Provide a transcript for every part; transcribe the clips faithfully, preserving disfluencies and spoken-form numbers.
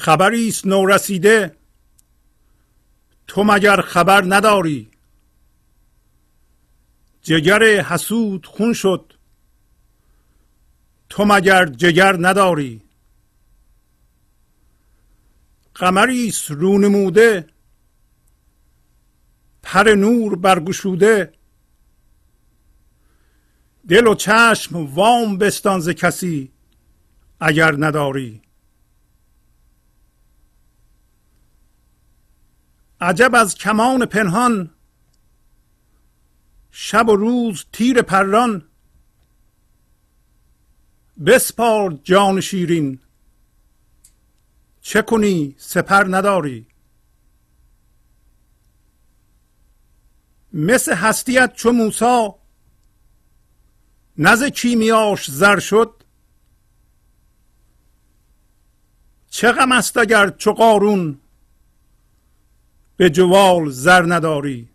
خبری است نو رسیده، تو مگر خبر نداری. جگر حسود خون شد، تو مگر جگر نداری. قمری است رو نموده، پر نور برگشوده. دل و چشم وام بستان ز کسی اگر نداری. عجب از کمان پنهان، شب و روز تیر پران. بسپار جان شیرین، چه کنی سپر نداری. مس هستیت چو موسی، نز کیمیاش زر شد. چه غم است اگر چو قارون، به جوال زر نداری.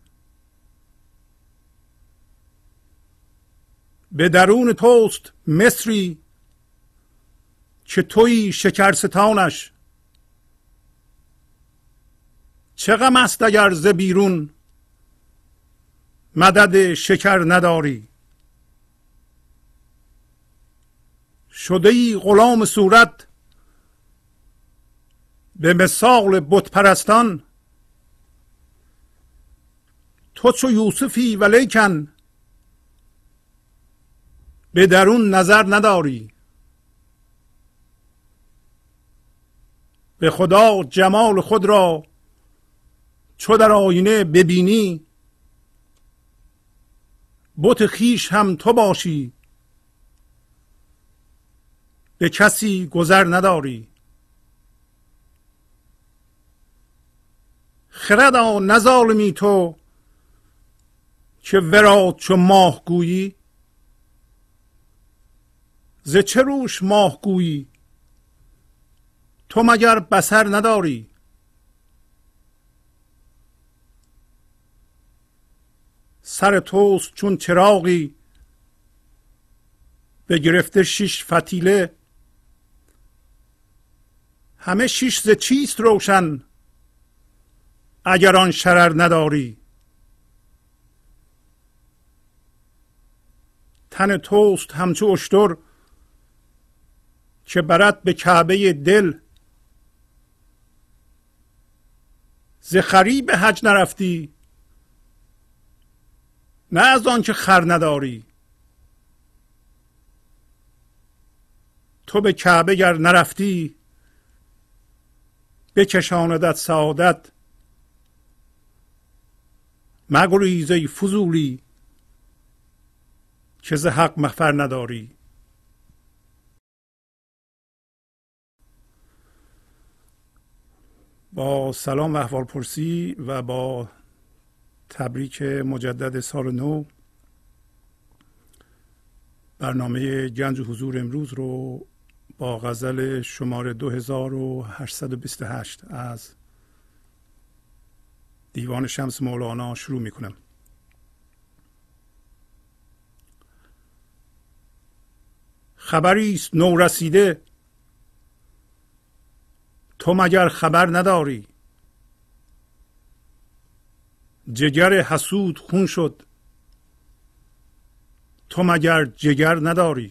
به درون توست مصری، که تویی شکرستانش. چه غم است اگر ز بیرون، مدد شکر نداری. شده ای غلام صورت، به مثال بت پرستان. تو چو یوسفی ولیکن، به درون نظر نداری. به خدا جمال خود را چو در آینه ببینی. بت خویش هم تو باشی، به کسی گذر نداری. خردا نظالمی تو، که ورا چو ماه گویی. ز چه روش ماه گویی، تو مگر بصر نداری. سر توست چون چراغی، بگرفته شش فتیله. همه شش ز چیست روشن، اگر آن شرر نداری. تن توست همچو اشتر، که برد به کعبه دل. ز خری به حج نرفتی، نه از آن که خر نداری. تو به کعبه گر نرفتی، بکشاندت سعادت. مگریز ای فضولی، که ز حق مفر نداری. با سلام و احوال پرسی و با تبریک مجدد سال نو، برنامه گنج حضور امروز رو با غزل شماره دو هزار و هشتصد و بیست و هشت از دیوان شمس مولانا شروع می کنم. خبری است نو رسیده، تو مگر خبر نداری. جگر حسود خون شد، تو مگر جگر نداری.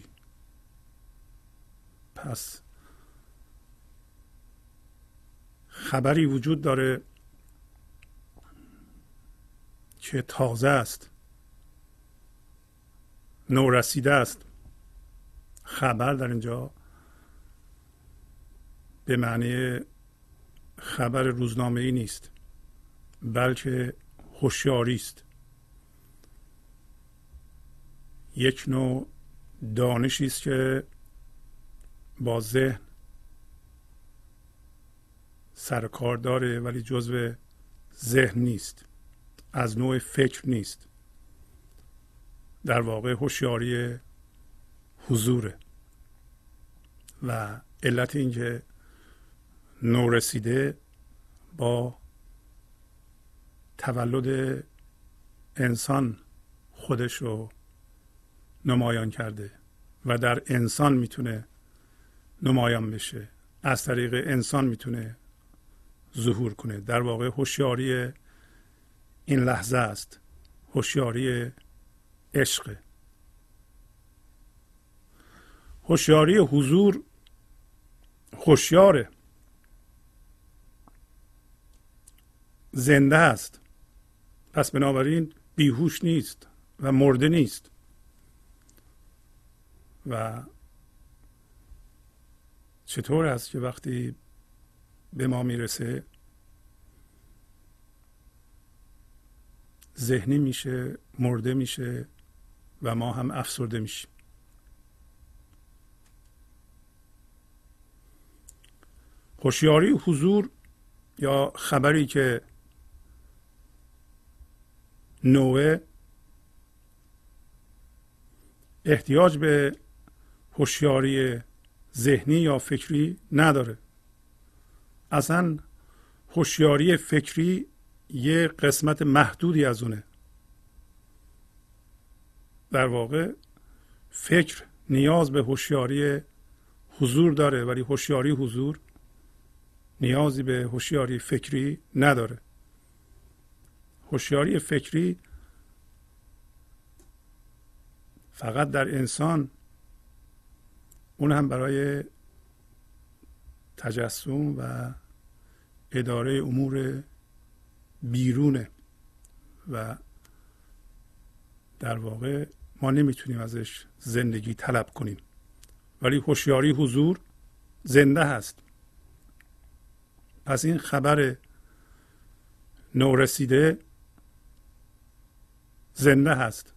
پس خبری وجود داره که تازه است، نو رسیده است. خبر در اینجا به معنی خبر روزنامه‌ای نیست، بلکه هوشیاری است. یک نوع دانشی است که با ذهن سر کار داره، ولی جزو ذهن نیست، از نوع فکر نیست. در واقع هوشیاری حضوره و علت اینکه نو رسیده با تولد انسان خودش رو نمایان کرده و در انسان میتونه نمایان بشه. از طریق انسان میتونه ظهور کنه. در واقع هوشیاری این لحظه است، هوشیاری عشق. هوشیاری حضور هوشیاره، زنده است، پس بنابراین بیهوش نیست و مرده نیست. و چطور است که وقتی به ما میرسه ذهنی میشه، مرده میشه و ما هم افسرده میشیم. هوشیاری حضور یا خبری که نوع احتیاج به هوشیاری ذهنی یا فکری نداره. اصلا هوشیاری فکری یه قسمت محدودی از اونه. در واقع فکر نیاز به هوشیاری حضور داره، ولی هوشیاری حضور نیازی به هوشیاری فکری نداره. هوشیاری فکری فقط در انسان، اون هم برای تجسم و اداره امور بیرونه و در واقع ما نمیتونیم ازش زندگی طلب کنیم. ولی هوشیاری حضور زنده هست. پس این خبر نورسیده زنده هست.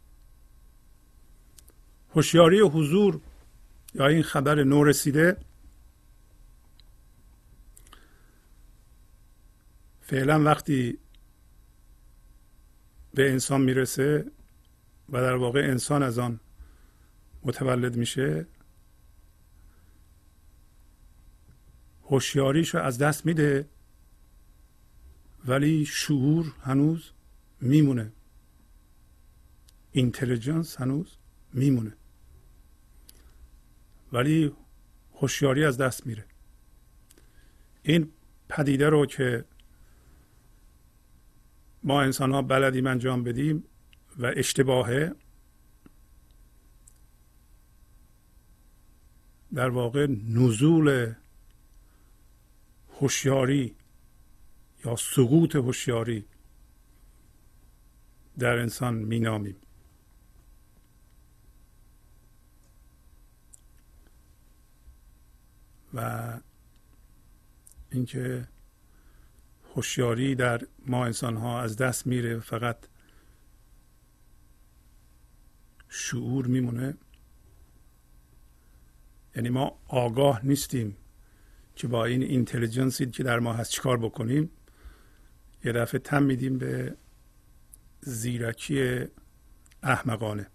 هوشیاری حضور یا این خبر نورسیده فعلا وقتی به انسان میرسه و در واقع انسان از آن متولد میشه، هوشیاریش رو از دست میده ولی شعور هنوز میمونه، اینتلیجنس هنوز میمونه، ولی هوشیاری از دست میره. این پدیده رو که ما انسان ها بلدیم انجام بدیم و اشتباهه، در واقع نزول هوشیاری یا سقوط هوشیاری در انسان مینامیم. و اینکه هوشیاری در ما انسان ها از دست میره، فقط شعور میمونه. یعنی ما آگاه نیستیم که با این اینتلیجنسی که در ما هست چیکار بکنیم. یه دفعه تم میدیم به زیرکی احمقانه.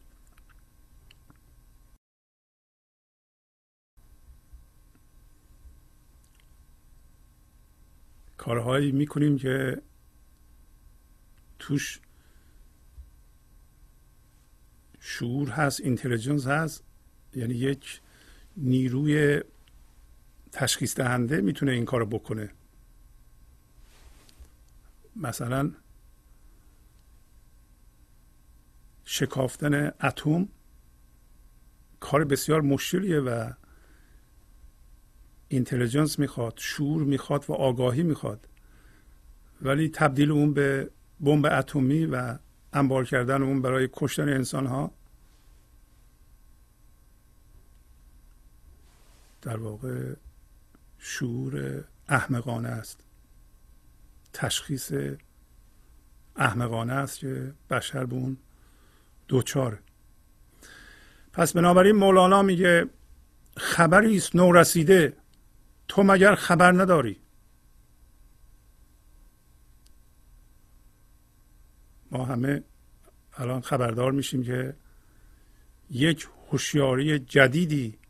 کارهایی میکنیم که توش شعور هست، اینتلیجنس هست، یعنی یک نیروی تشخیص دهنده میتونه این کارو بکنه. مثلا شکافتن اتم کار بسیار مشکلیه و اینتلیجنس میخواد، شعور میخواد و آگاهی میخواد، ولی تبدیل اون به بمب اتمی و انبار کردن اون برای کشتن انسان ها در واقع شعور احمقانه است، تشخیص احمقانه است که بشر به اون دوچاره. پس بنابراین مولانا میگه خبری است نو رسیده، تو مگر خبر نداری؟ ما همه الان خبردار میشیم که یک هوشیاری جدیدی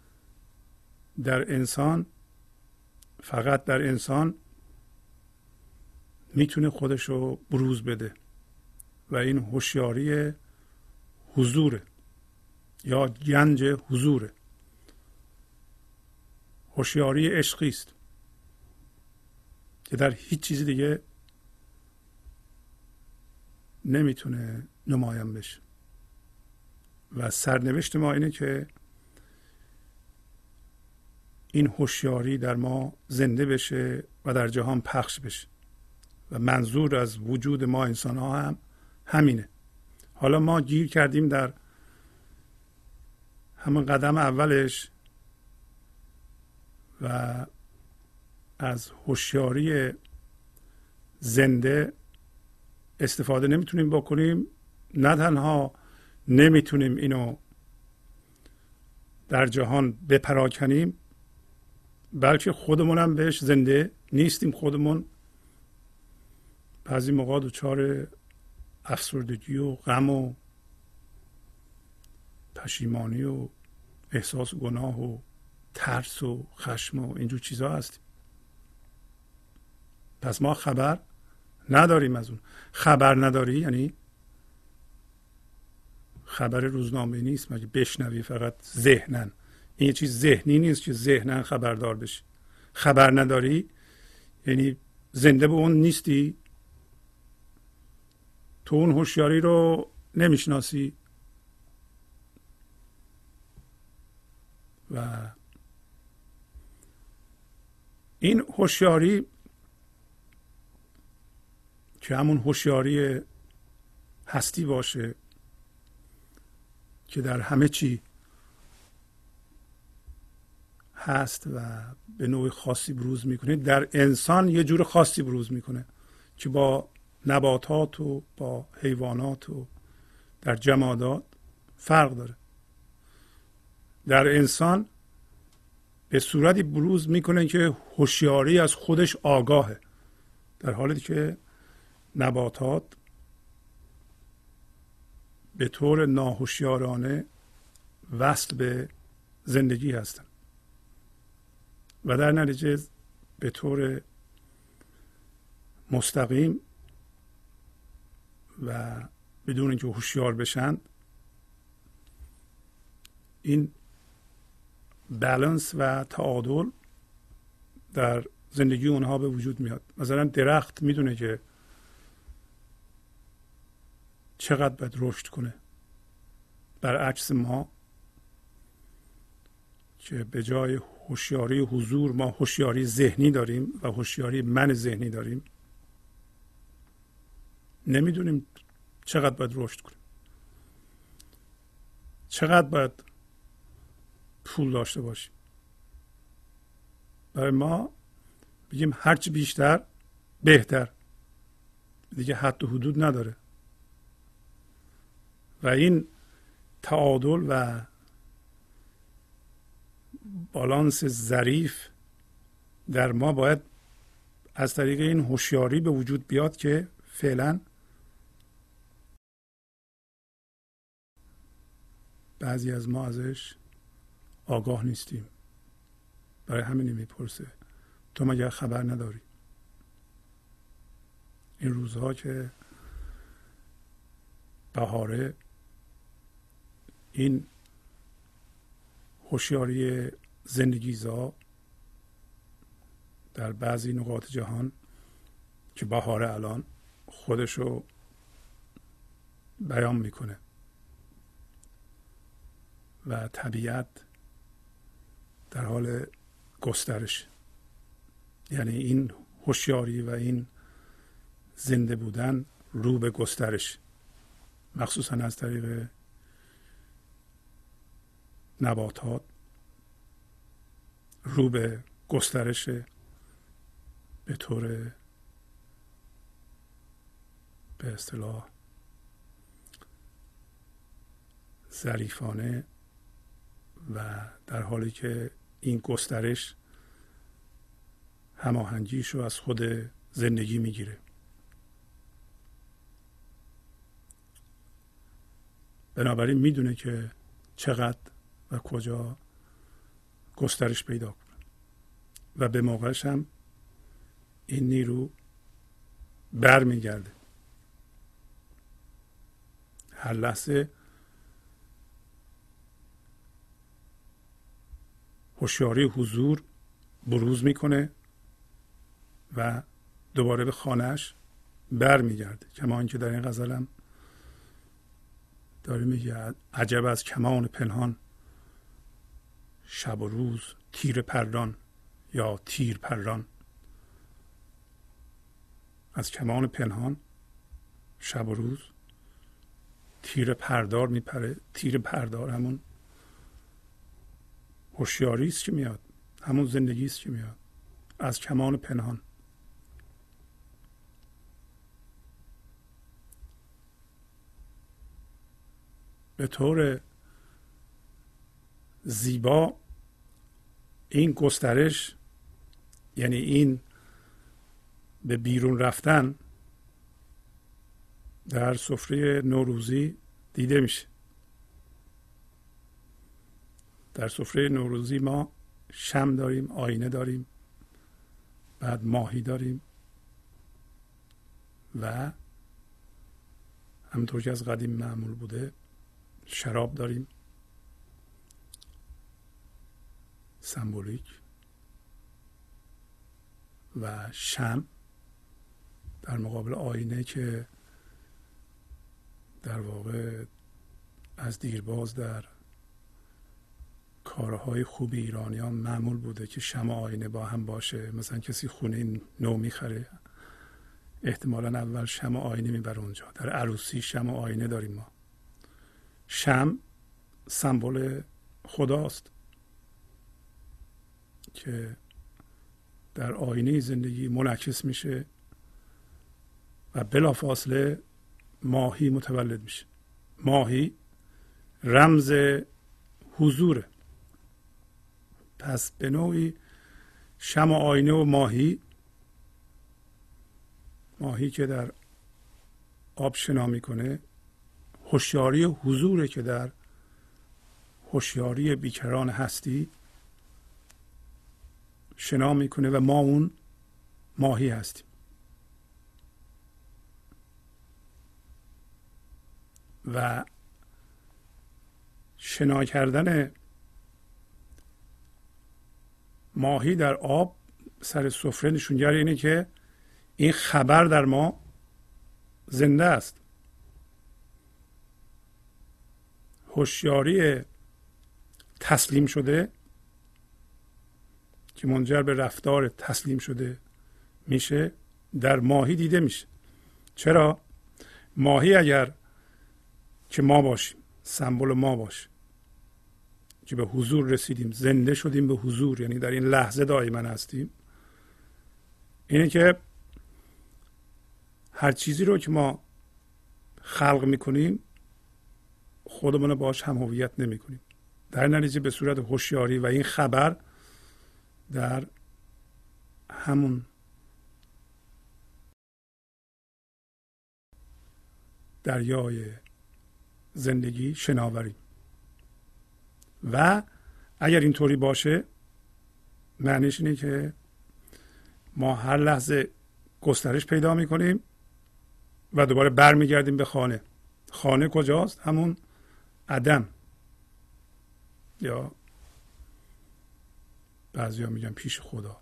در انسان، فقط در انسان میتونه خودش رو بروز بده و این هوشیاری حضوره یا گنج حضوره. هوشیاری عشقی است که در هیچ چیزی دیگه نمیتونه نمایان بشه و سرنوشت ما اینه که این هوشیاری در ما زنده بشه و در جهان پخش بشه و منظور از وجود ما انسان ها هم همینه. حالا ما گیر کردیم در همون قدم اولش و از هوشیاری زنده استفاده نمیتونیم بکنیم. نه تنها نمیتونیم اینو در جهان بپراکنیم، بلکه خودمون هم بهش زنده نیستیم. خودمون بعضی موقع دچار افسردگی و غم و پشیمانی و احساس گناه و ترس و خشم و اینجور چیزها هستیم. پس ما خبر نداریم از اون. خبر نداری یعنی خبر روزنامه نیست مگه بشنوی فقط ذهنن. این یه چیز ذهنی نیست که ذهنن خبردار بشی. خبر نداری یعنی زنده به اون نیستی، تو اون هوشیاری رو نمیشناسی و این هوشیاری که همون هوشیاری هستی باشه که در همه چی هست و به نوع خاصی بروز میکنه، در انسان یه جور خاصی بروز میکنه که با نباتات و با حیوانات و در جمادات فرق داره. در انسان به صورتی بروز میکنه که هوشیاری از خودش آگاهه، در حالی که نباتات به طور ناهوشیارانه وصل به زندگی هستند و در نتیجه به طور مستقیم و بدون اینکه هوشیار بشن این بالانس و تعادل در زندگی اونها به وجود میاد. مثلا درخت میدونه که چقدر باید رشد کنه، برعکس ما که به جای هوشیاری حضور ما هوشیاری ذهنی داریم و هوشیاری من ذهنی داریم، نمیدونیم چقدر باید رشد کنیم، چقدر باید پول داشته باشیم. برای ما بگیم هرچی بیشتر بهتر، دیگه حد و حدود نداره و این تعادل و بالانس ظریف در ما باید از طریق این هوشیاری به وجود بیاد که فعلا بعضی از ما ازش آگاه نیستیم. برای همین میپرسه تو مگه خبر نداری؟ این روزها که بهاره، این هوشیاری زندگیزا در بعضی نقاط جهان که بهاره الان خودشو بیان میکنه و طبیعت در حال گسترش، یعنی این هوشیاری و این زنده بودن رو به گسترش، مخصوصا از طریق نباتات رو به گسترش به طور به اصطلاح ظریفانه و در حالی که این گسترش هماهنگیش رو از خود زندگی میگیره. بنابراین میدونه که چقدر و کجا گسترش پیدا کنه و به موقعش هم این نیرو بر میگرده. هر لحظه هوشیاری حضور بروز میکنه و دوباره به خانهش بر میگرده. کما اینکه در این غزلم داره میگه عجب از کمان پنهان شب و روز تیر پران یا تیر پران. از کمان پنهان شب و روز تیر پردار میپره. تیر پردار همون هوشیاری است که میاد، همون زندگی است که میاد از کمان پنهان. به طور زیبا این گسترش، یعنی این به بیرون رفتن، در سفره نوروزی دیده میشه. در سفره نوروزی ما شمع داریم، آینه داریم، بعد ماهی داریم و همونطور که از قدیم معمول بوده شراب داریم سمبولیک و شمع در مقابل آینه که در واقع از دیرباز در کارهای خوب ایرانیان معمول بوده که شمع و آینه با هم باشه. مثلا کسی خونه نو میخره، احتمالا اول شمع و آینه میبره اونجا. در عروسی شمع و آینه داریم ما. شمع سمبل خداست که در آینه زندگی منعکس میشه و بلافاصله ماهی متولد میشه. ماهی رمز حضوره. پس به نوعی شمع و آینه و ماهی، ماهی که در آب شنا میکنه، هوشیاری حضوره که در هوشیاری بیکران هستی شنا میکنه و ما اون ماهی هستیم. و شنا کردن ماهی در آب سر سفره نشونگر اینه که این خبر در ما زنده است. هوشیاری تسلیم شده که منجر به رفتار تسلیم شده میشه در ماهی دیده میشه. چرا؟ ماهی اگر که ما باشیم، سمبل ما باشه که به حضور رسیدیم، زنده شدیم به حضور، یعنی در این لحظه دائما هستیم، اینه که هر چیزی رو که ما خلق میکنیم خودمون رو باش هم هویت نمیکنیم. در نتیجه به صورت هوشیاری و این خبر در همون دریای زندگی شناوریم. و اگر اینطوری باشه معنیش اینه که ما هر لحظه گسترش پیدا میکنیم و دوباره برمیگردیم به خانه. خانه کجاست؟ همون عدم، یا بعضیا میگن پیش خدا.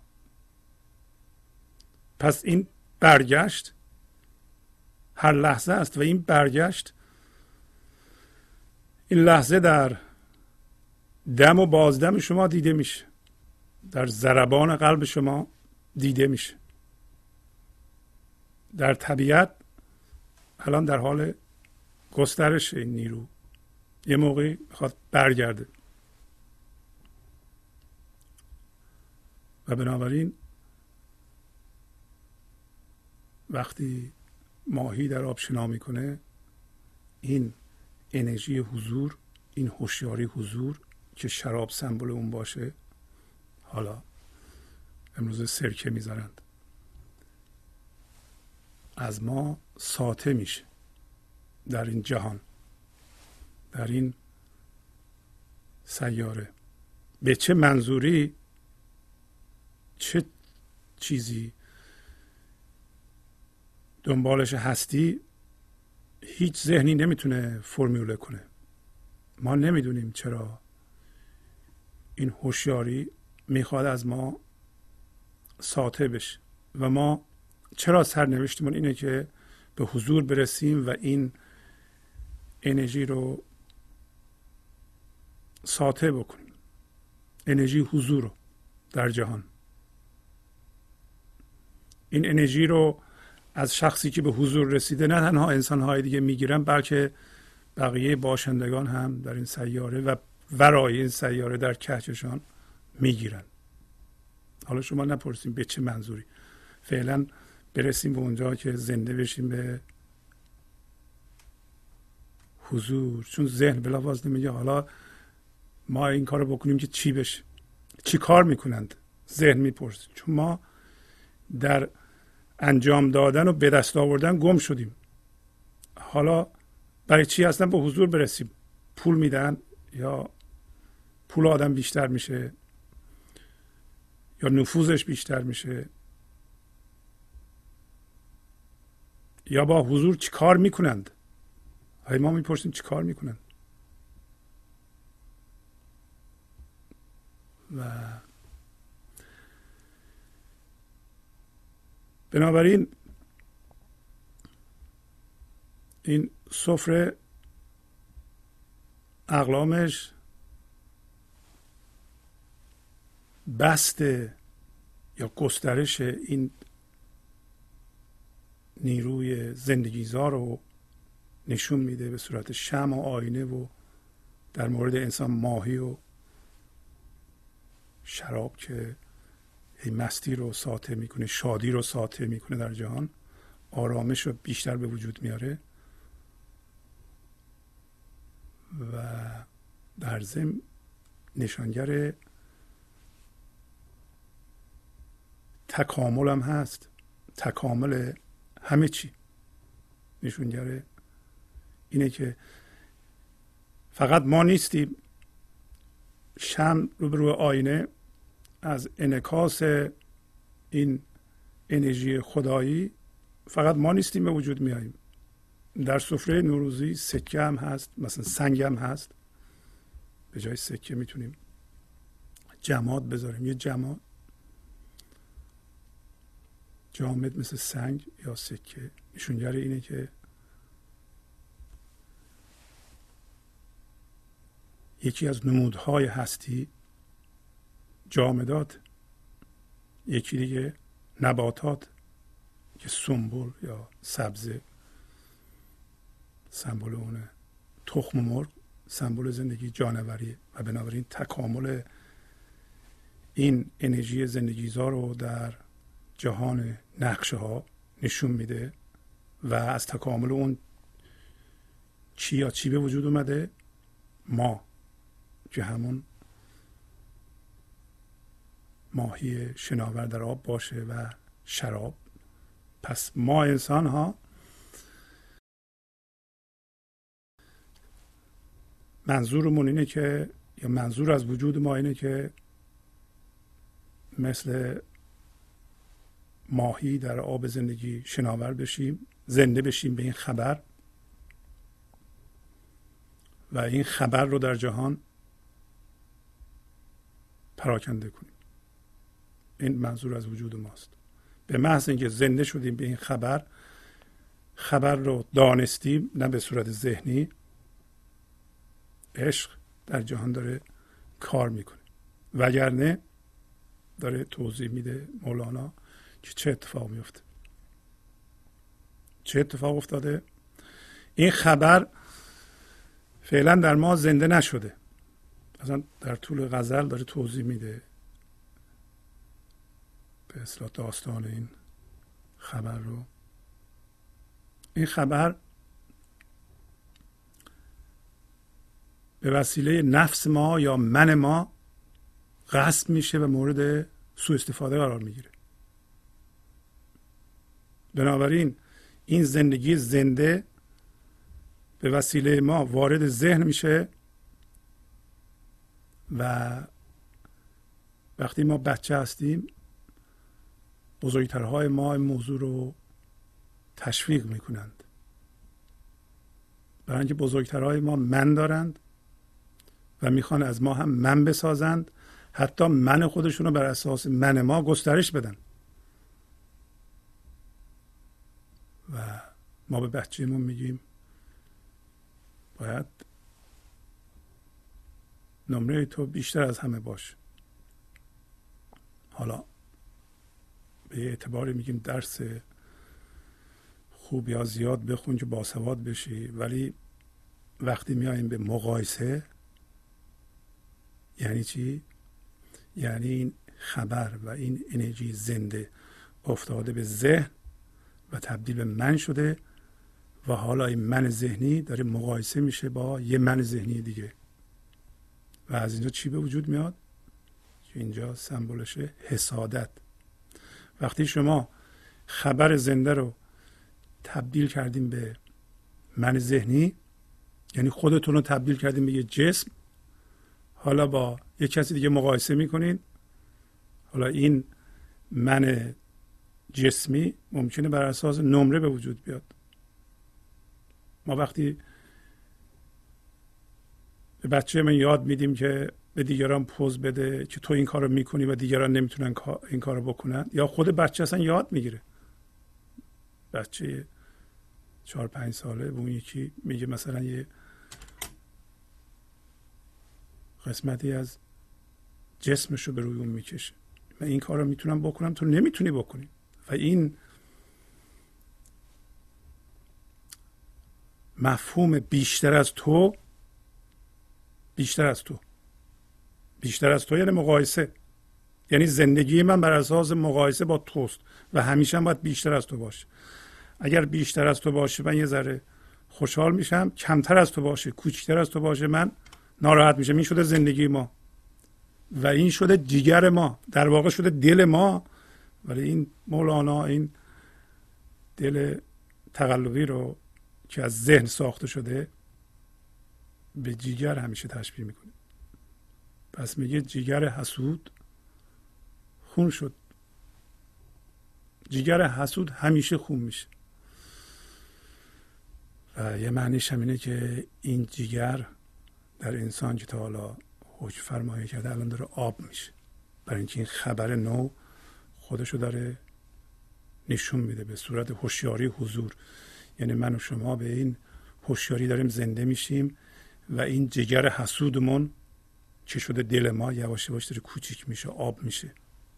پس این برگشت هر لحظه است و این برگشت، این لحظه در دم و بازدم شما دیده میشه، در ضربان قلب شما دیده میشه. در طبیعت الان در حال گسترش این نیرو، یه موقعی میخواد برگرده و بنابراین وقتی ماهی در آب شنا میکنه، این انرژی حضور، این هوشیاری حضور که شراب سمبل اون باشه، حالا امروز سرکه میذارند، از ما ساطع میشه در این جهان، در این سیاره. به چه منظوری، چه چیزی دنبالش هستی، هیچ ذهنی نمیتونه فرموله کنه. ما نمیدونیم چرا این هوشیاری میخواد از ما ساطع بشه. و ما چرا سرنوشتمون اینه که به حضور برسیم و این انرژی رو ساطع بکنیم، انرژی حضور رو در جهان. این انرژی رو از شخصی که به حضور رسیده نه تنها انسان‌های دیگه میگیرن، بلکه بقیه باشندگان هم در این سیاره و ورای این سیاره در کهکشان میگیرن. حالا شما نپرسیم به چه منظوری، فعلا برسیم به اونجا که زنده بشیم به حضور. چون ذهن بلافاصله میگه حالا ما این کارو بکنیم که چی بشه، چی کار میکنند. ذهن میپرسه، چون ما در انجام دادن و به دست آوردن گم شدیم. حالا برای چی اصلا به حضور برسیم؟ پول میدن یا پول آدم بیشتر میشه یا نفوذش بیشتر میشه یا با حضور چی کار میکنند؟ های ما میپرسیم چی کار میکنند. و بنابراین این سفره اقلامش بست یا گسترش این نیروی زندگیزا رو نشون میده به صورت شمع و آینه و در مورد انسان ماهی و شراب که این مستی رو ساطع میکنه، شادی رو ساطع میکنه در جهان، آرامش رو بیشتر به وجود میاره و در ضمن نشانگر تکامل هم هست، تکامل همه چی. نشانگر اینه که فقط ما نیستیم. شمع رو به روی آینه از انعکاس این انرژی خدایی فقط ما نیستیم به وجود میاییم. در سفره نوروزی سکه هم هست، مثلا سنگ هم هست. به جای سکه میتونیم جماد بذاریم. یه جماد جامد مثل سنگ یا سکه نشونگر اینه که یکی از نمودهای هستی جامدات، یکی دیگه نباتات که سنبل یا سبزه سمبل اونه، تخم مرغ سمبل زندگی جانوریه و بنابراین تکامل این انرژی زندگیزا رو در جهان نقشه ها نشون میده و از تکامل اون چی یا چی به وجود اومده؟ ما که همون ماهی شناور در آب باشه و شراب. پس ما انسان ها منظورمون اینه که یا منظور از وجود ما اینه که مثل ماهی در آب زندگی شناور بشیم، زنده بشیم به این خبر و این خبر رو در جهان پراکنده کنیم. این منظور از وجود ماست. به محض اینکه زنده شدیم به این خبر، خبر رو دانستیم، نه به صورت ذهنی، عشق در جهان داره کار میکنه. وگرنه داره توضیح میده مولانا که چه اتفاق میفته. چه اتفاق افتاده؟ این خبر فعلا در ما زنده نشده. اصلا در طول غزل داره توضیح میده به اصطلاح داستان این خبر رو. این خبر به وسیله نفس ما یا من ما غصب میشه و مورد سوء استفاده قرار میگیره. بنابراین این زندگی زنده به وسیله ما وارد ذهن میشه و وقتی ما بچه هستیم بزرگترهای ما این موضوع رو تشویق میکنند. برای اینکه بزرگترهای ما من دارند و میخوان از ما هم من بسازند، حتی من خودشون رو بر اساس من ما گسترش بدن. و ما به بچه‌مون میگیم باید نمره تو بیشتر از همه باشه. حالا به اعتباری میگیم درس خوب یا زیاد بخون که باسواد بشی، ولی وقتی میاییم به مقایسه یعنی چی؟ یعنی این خبر و این انرژی زنده افتاده به ذهن و تبدیل به من شده و حالا این من ذهنی داره مقایسه میشه با یه من ذهنی دیگه و از اینجا چی به وجود میاد؟ که اینجا سمبولشه حسادت. وقتی شما خبر زنده رو تبدیل کردیم به من ذهنی، یعنی خودتون رو تبدیل کردیم به یه جسم، حالا با یه کسی دیگه مقایسه میکنین، حالا این من جسمی ممکنه بر اساس نمره به وجود بیاد. ما وقتی به بچه من یاد میدیم که به دیگران پوز بده که تو این کار رو میکنی و دیگران نمیتونن این کار رو بکنن، یا خود بچه اصلا یاد میگیره. بچه چهار پنج ساله به اون یکی میگه مثلا یه قسمتی از جسمش رو به روی اون میکشه، من این کار رو میتونم بکنم تو نمیتونی بکنی. و این مفهوم بیشتر از تو، بیشتر از تو بیشتر از تو یعنی مقایسه، یعنی زندگی من بر اساس مقایسه با توست و همیشه هم باید بیشتر از تو باشه. اگر بیشتر از تو باشه من یه ذره خوشحال میشم، کمتر از تو باشه، کوچکتر از تو باشه من ناراحت میشم. این شده زندگی ما و این شده جیگر ما، در واقع شده دل ما. ولی این مولانا این دل تقلبی رو که از ذهن ساخته شده به جیگر همیشه تشبیه میکنه. پس میگه جیگر حسود خون شد. جیگر حسود همیشه خون میشه و یه معنیش هم اینه که این جیگر در انسان که تا حالا حکم فرمایه کرده الان داره آب میشه، برای اینکه این خبر نو خودشو داره نشون میده به صورت هوشیاری حضور. یعنی من و شما به این هوشیاری داریم زنده میشیم و این جگر حسودمون که شده دل ما یواش یواش داره کوچیک میشه، آب میشه.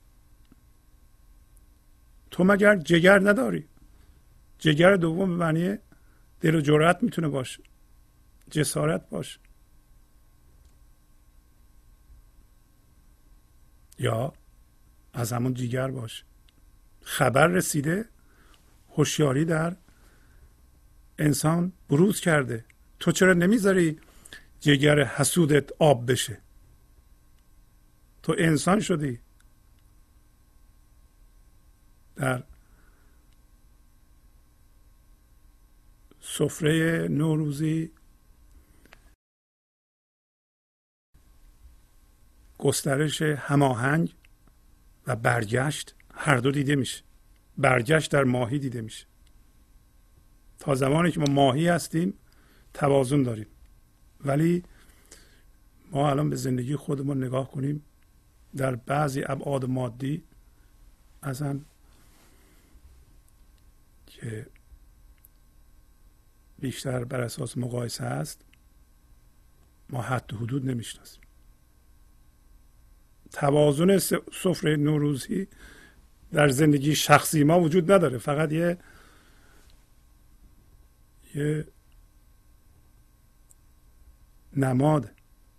تو مگر جگر نداری؟ جگر دوم به معنی دل و جرأت میتونه باشه، جسارت باشه، یا از همون جگر باشه. خبر رسیده، هوشیاری در انسان بروز کرده. تو چرا نمیذاری جگر حسودت آب بشه؟ تو انسان شدی. در سفره نوروزی گسترش هماهنگ و برگشت هر دو دیده میشه. برگشت در ماهی دیده میشه. تا زمانی که ما ماهی هستیم توازن داریم، ولی ما الان به زندگی خودمون نگاه کنیم، در بعضی ابعاد مادی اصلا که بیشتر بر اساس مقایسه است ما حد و حدود نمیشناسیم. توازن سفره نوروزی در زندگی شخصی ما وجود نداره، فقط یه یه نماد.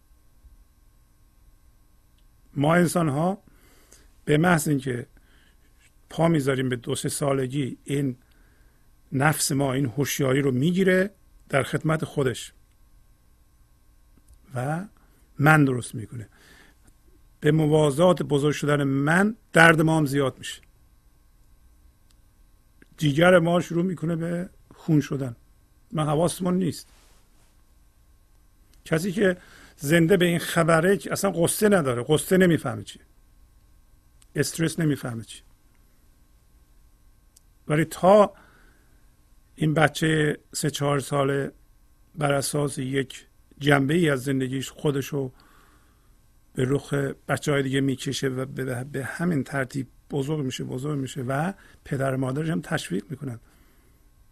ما انسان ها به محض اینکه پا میذاریم به دو سه سالگی، این نفس ما این هوشیاری رو میگیره در خدمت خودش و من درست میکنه. به موازات بزرگ شدن من درد ما هم زیاد میشه. جیگر ما شروع میکنه به خون شدن. ما حواسمون نیست. کسی که زنده به این خبره که اصلا قصه نداره، قصه نمیفهمه چیه، استرس نمیفهمه چیه. ولی تا این بچه سه چهار ساله بر اساس یک جنبه ای از زندگیش خودشو به رخ بچه های دیگه میکشه و به همین ترتیب بزرگ میشه بزرگ میشه و پدر و مادرش هم تشویق میکنن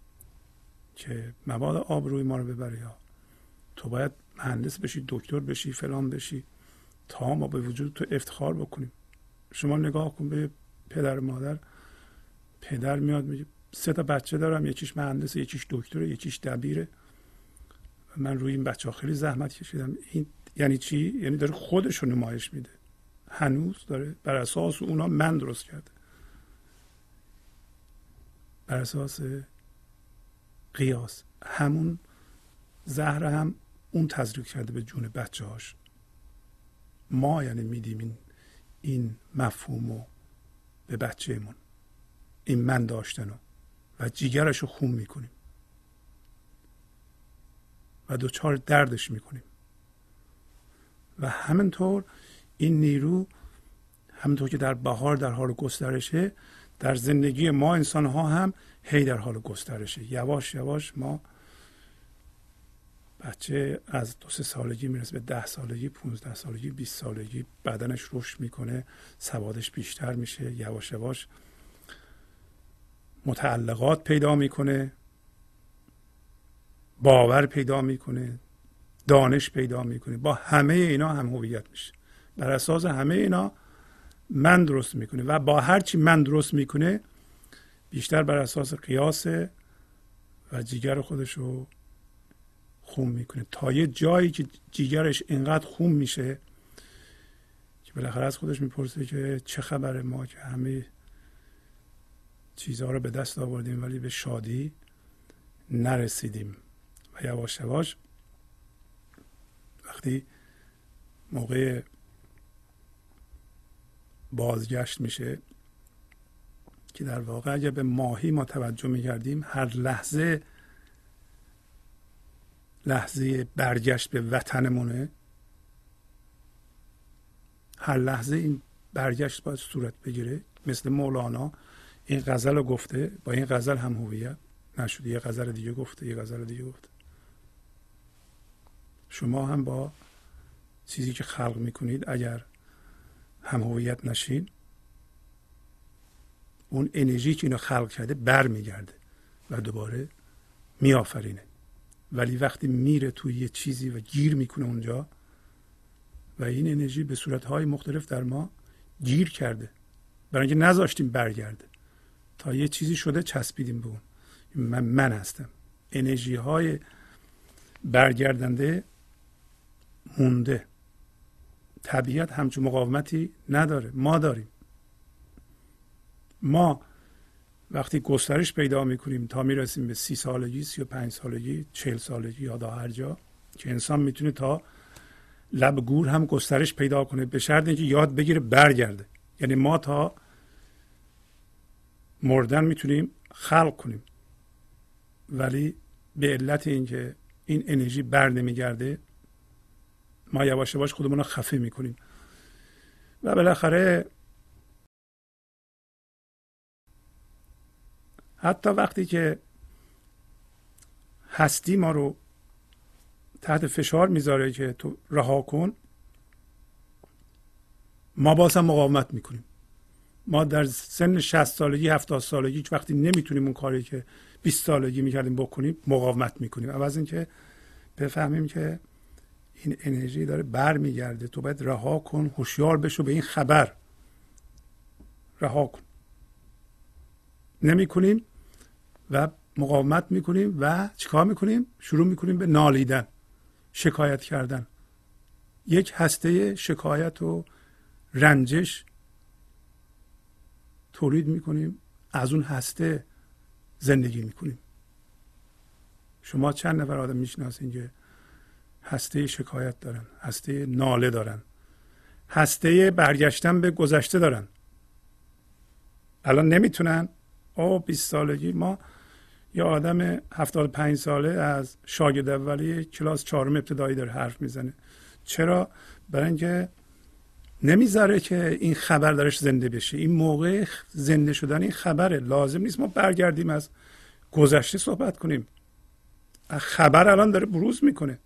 که مباد آبروی ما رو ببره، یا تو باید مهندس بشی، دکتر بشی، فلان بشی تا ما به وجود تو افتخار بکنیم. شما نگاه کن به پدر و مادر. پدر میاد میگه سه تا بچه دارم، یکیش مهندس، یکیش دکتره، یکیش دبیره، من روی این بچه ها خیلی زحمت کشیدم. این یعنی چی؟ یعنی داره خودش رو نمایش میده، هنوز داره بر اساس اونا من درست کرده، بر اساس قیاس. همون زهر هم اون تزریق کرده به جون بچه هاش. ما یعنی میدیم این, این مفهومو به بچه‌مون، این من داشتنو، و جیگرش رو خون میکنیم و دوچار دردش میکنیم. و همینطور این نیرو، همینطور که در بهار در حال گسترشه، در زندگی ما انسان ها هم هی در حال گسترشه. یواش یواش ما بچه از دو سه سالگی میرسه به ده سالگی، پونزده سالگی، بیست سالگی، بدنش رشد میکنه، سوادش بیشتر میشه، یواش یواش متعلقات پیدا میکنه، باور پیدا میکنه، دانش پیدا میکنه. با همه اینا هم هویت میشه. بر اساس همه اینا من درست میکنه و با هر چی من درست میکنه بیشتر بر اساس قیاس و جیگر خودش رو خون میکنه، تا یه جایی که جیگرش اینقدر خون میشه که بالاخره از خودش میپرسه که چه خبره، ما که همه چیزها رو به دست آوردیم ولی به شادی نرسیدیم. و یواش یواش وقتی موقع بازگشت میشه که در واقع اگر به ماهی ما توجه میکردیم، هر لحظه لحظه برگشت به وطنمونه. هر لحظه این برگشت باید صورت بگیره. مثل مولانا این غزل رو گفته، با این غزل هم هویت نشده، یه غزل دیگه گفته، یه غزل دیگه گفته. شما هم با چیزی که خلق میکنید اگر هم هویت نشین، اون انرژی که اینو خلق کرده بر میگرده و دوباره میآفرینه. ولی وقتی میره توی یه چیزی و گیر میکنه اونجا، و این انرژی به صورتهای مختلف در ما گیر کرده، برای اینکه نذاشتیم برگرده، تا یه چیزی شده چسبیدیم به اون. من, من هستم. انرژی های برگردنده مونده. طبیعت همچون مقاومتی نداره، ما داریم. ما وقتی گسترش پیدا میکنیم تا میرسیم به سی سالگی، سی و پنج سالگی، چهل سالگی یا تا هر جا که انسان میتونه تا لب گور هم گسترش پیدا کنه، به شرط اینکه یاد بگیره برگرده. یعنی ما تا مردن میتونیم خلق کنیم، ولی به علت اینکه این انرژی بر نمیگرده ما یواش یواش خودمون رو خفه میکنیم و بالاخره حتی وقتی که هستی ما رو تحت فشار میذاره که تو رها کن، ما باز هم مقاومت میکنیم. ما در سن شصت سالگی، هفتاد سالگی وقتی نمیتونیم اون کاری که بیست سالگی میکردیم بکنیم، مقاومت میکنیم. عوض اینکه بفهمیم که این انرژی داره بر میگرده، تو باید رها کن، هوشیار بشو به این خبر، رها کن. نمیکنیم و مقاومت میکنیم و چیکار میکنیم؟ شروع میکنیم به نالیدن، شکایت کردن. یک هسته شکایت و رنجش تولید میکنیم، از اون هسته زندگی میکنیم. شما چند نفر آدم میشناسین که هسته شکایت دارن، هسته ناله دارن، هسته برگشتن به گذشته دارن؟ الان نمیتونن. او بیست سالگی ما یه آدم هفتاد و پنج ساله از شاگرد اولی کلاس چهارم ابتدایی داره حرف میزنه. چرا؟ برای اینکه نمیذاره که این خبر درش زنده بشه. این موقع زنده شدن این خبره. لازم نیست ما برگردیم از گذشته صحبت کنیم. خبر الان داره بروز میکنه.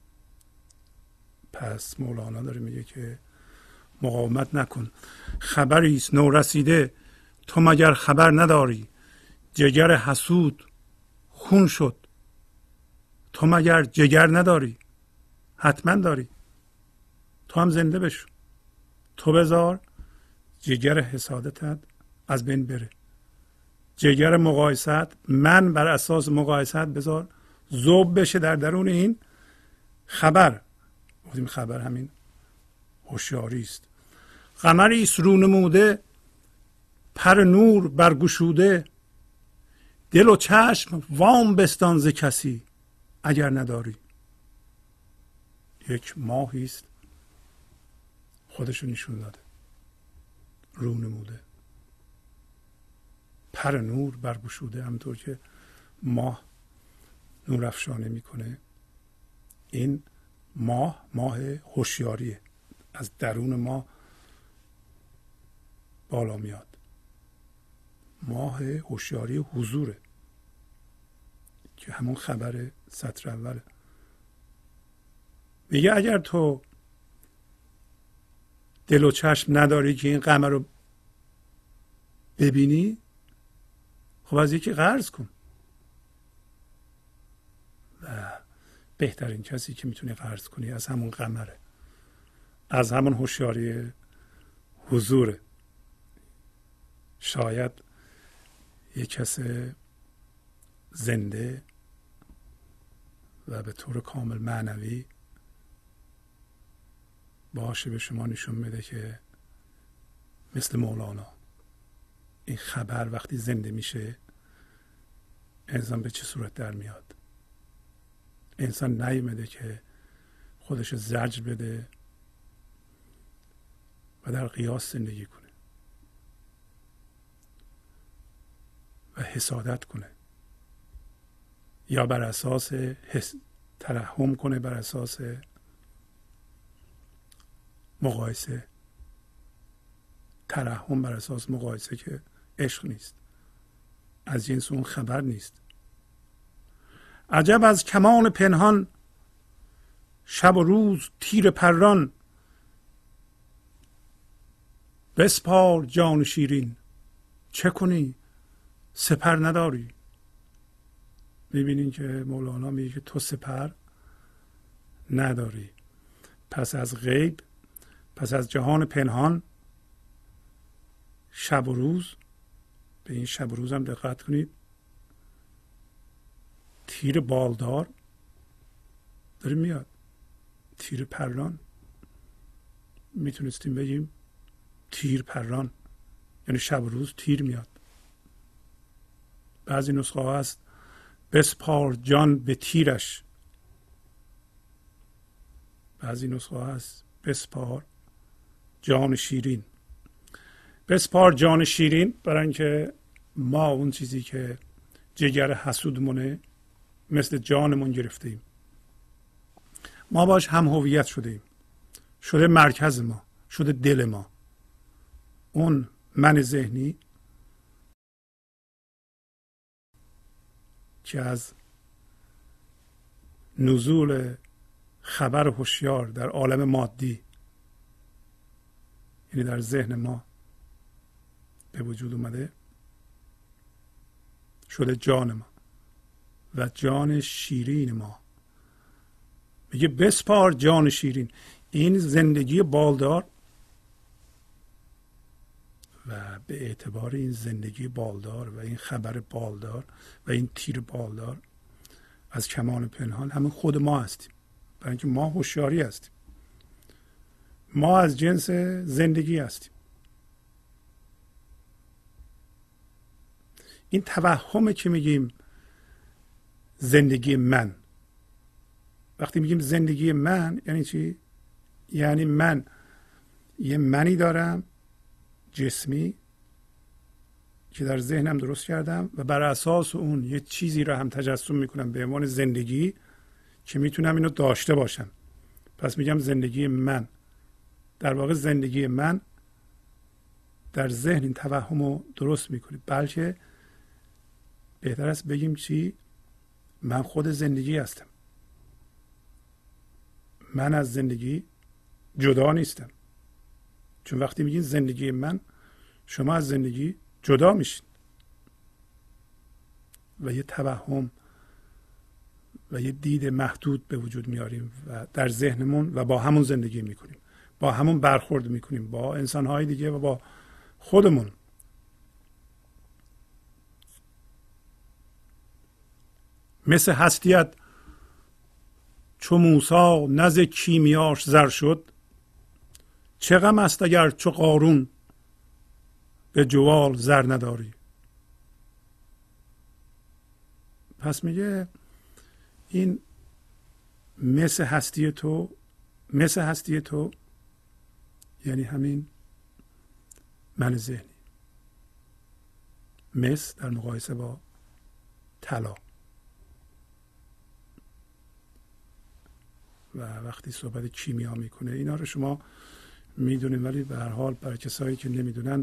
پس مولانا داره میگه که مقاومت نکن. خبری است نو رسیده تو مگر خبر نداری، جگر حسود خون شد تو مگر جگر نداری؟ حتما داری. تو هم زنده بشو. تو بذار جگر حسادتت از بین بره. جگر مقایست، من بر اساس مقایست بذار ذوب بشه در درون این خبر. گفتیم خبر همین هوشیاری است. قمری است رو نموده، پر نور برگشوده، دل و چشم وام بستان ز کسی اگر نداری. یک ماهی است خودشو نشون داده، رو نموده، پر نور برگشوده، همونطور که ماه نور افشانه میکنه. این ماه ماه هوشیاریه، از درون ما بالا میاد. ماه هوشیاری حضوره که همون خبر سطر اوله. میگه اگر تو دل و چشم نداری که این قمر رو ببینی، خب از یکی قرض کن. و بهترین کسی که میتونی قرض کنی از همون قمره، از همون هوشیاری حضوره. شاید یک کس زنده و به طور کامل معنوی باشه به شما نشون بده که مثل مولانا این خبر وقتی زنده میشه انسان به چه صورت در میاد. انسان نیومده که خودش زجر بده و در قیاس زندگی کنه و حسادت کنه یا بر اساس حس ترحم کنه، بر اساس مقایسه. ترحم بر اساس مقایسه که عشق نیست، از جنس اون خبر نیست. عجب از کمان پنهان، شب و روز تیر پران، بسپار جان شیرین چه کنی سپر نداری. میبینین که مولانا میگه که تو سپر نداری. پس از غیب، پس از جهان پنهان، شب و روز، به این شب و روز هم دقت کنید، تیر بالدار داره میاد، تیر پران. میتونستیم بگیم تیر پران، یعنی شب و روز تیر میاد. بعضی نسخه ها هست بسپار جان به تیرش، بعضی نسخه ها هست بسپار جان شیرین. بسپار جان شیرین برای اینکه ما اون چیزی که جگر حسودمونه مثل جانمون گرفتیم، ما باش هم هویت شدیم، شده مرکز ما، شده دل ما. اون من ذهنی که از نزول خبر هوشیار در عالم مادی، یعنی در ذهن ما به وجود اومده، شده جان ما و جان شیرین ما. میگه بسپار جان شیرین. این زندگی بالدار و به اعتبار این زندگی بالدار و این خبر بالدار و این تیر بالدار از کمان پنهان همون خود ما هستیم. برای اینکه ما هوشیاری هستیم، ما از جنس زندگی هستیم. این توهمه که میگیم زندگی من. وقتی میگیم زندگی من یعنی چی؟ یعنی من یه منی دارم جسمی که در ذهنم درست کردم و بر اساس اون یه چیزی را هم تجسم میکنم به عنوان زندگی که میتونم اینو داشته باشم. پس میگم زندگی من. در واقع زندگی من در ذهن این توهم رو درست میکنه، بلکه بهتر است بگیم چی؟ من خود زندگی هستم. من از زندگی جدا نیستم. چون وقتی میگین زندگی من، شما از زندگی جدا میشین و یه توهم و یه دید محدود به وجود میاریم و در ذهنمون و با همون زندگی میکنیم، با همون برخورد میکنیم، با انسانهای دیگه و با خودمون. مثل هستیت چو موسی نزد کیمیاش زر شد، چه غم است اگر چو قارون به جوال زر نداری. پس میگه این مثل هستی تو، مثل هستی تو یعنی همین من ذهنی، مس در مقایسه با طلا. و وقتی صحبت کیمیا میکنه اینا رو شما میدونید، ولی به هر حال برای کسایی که نمیدونن،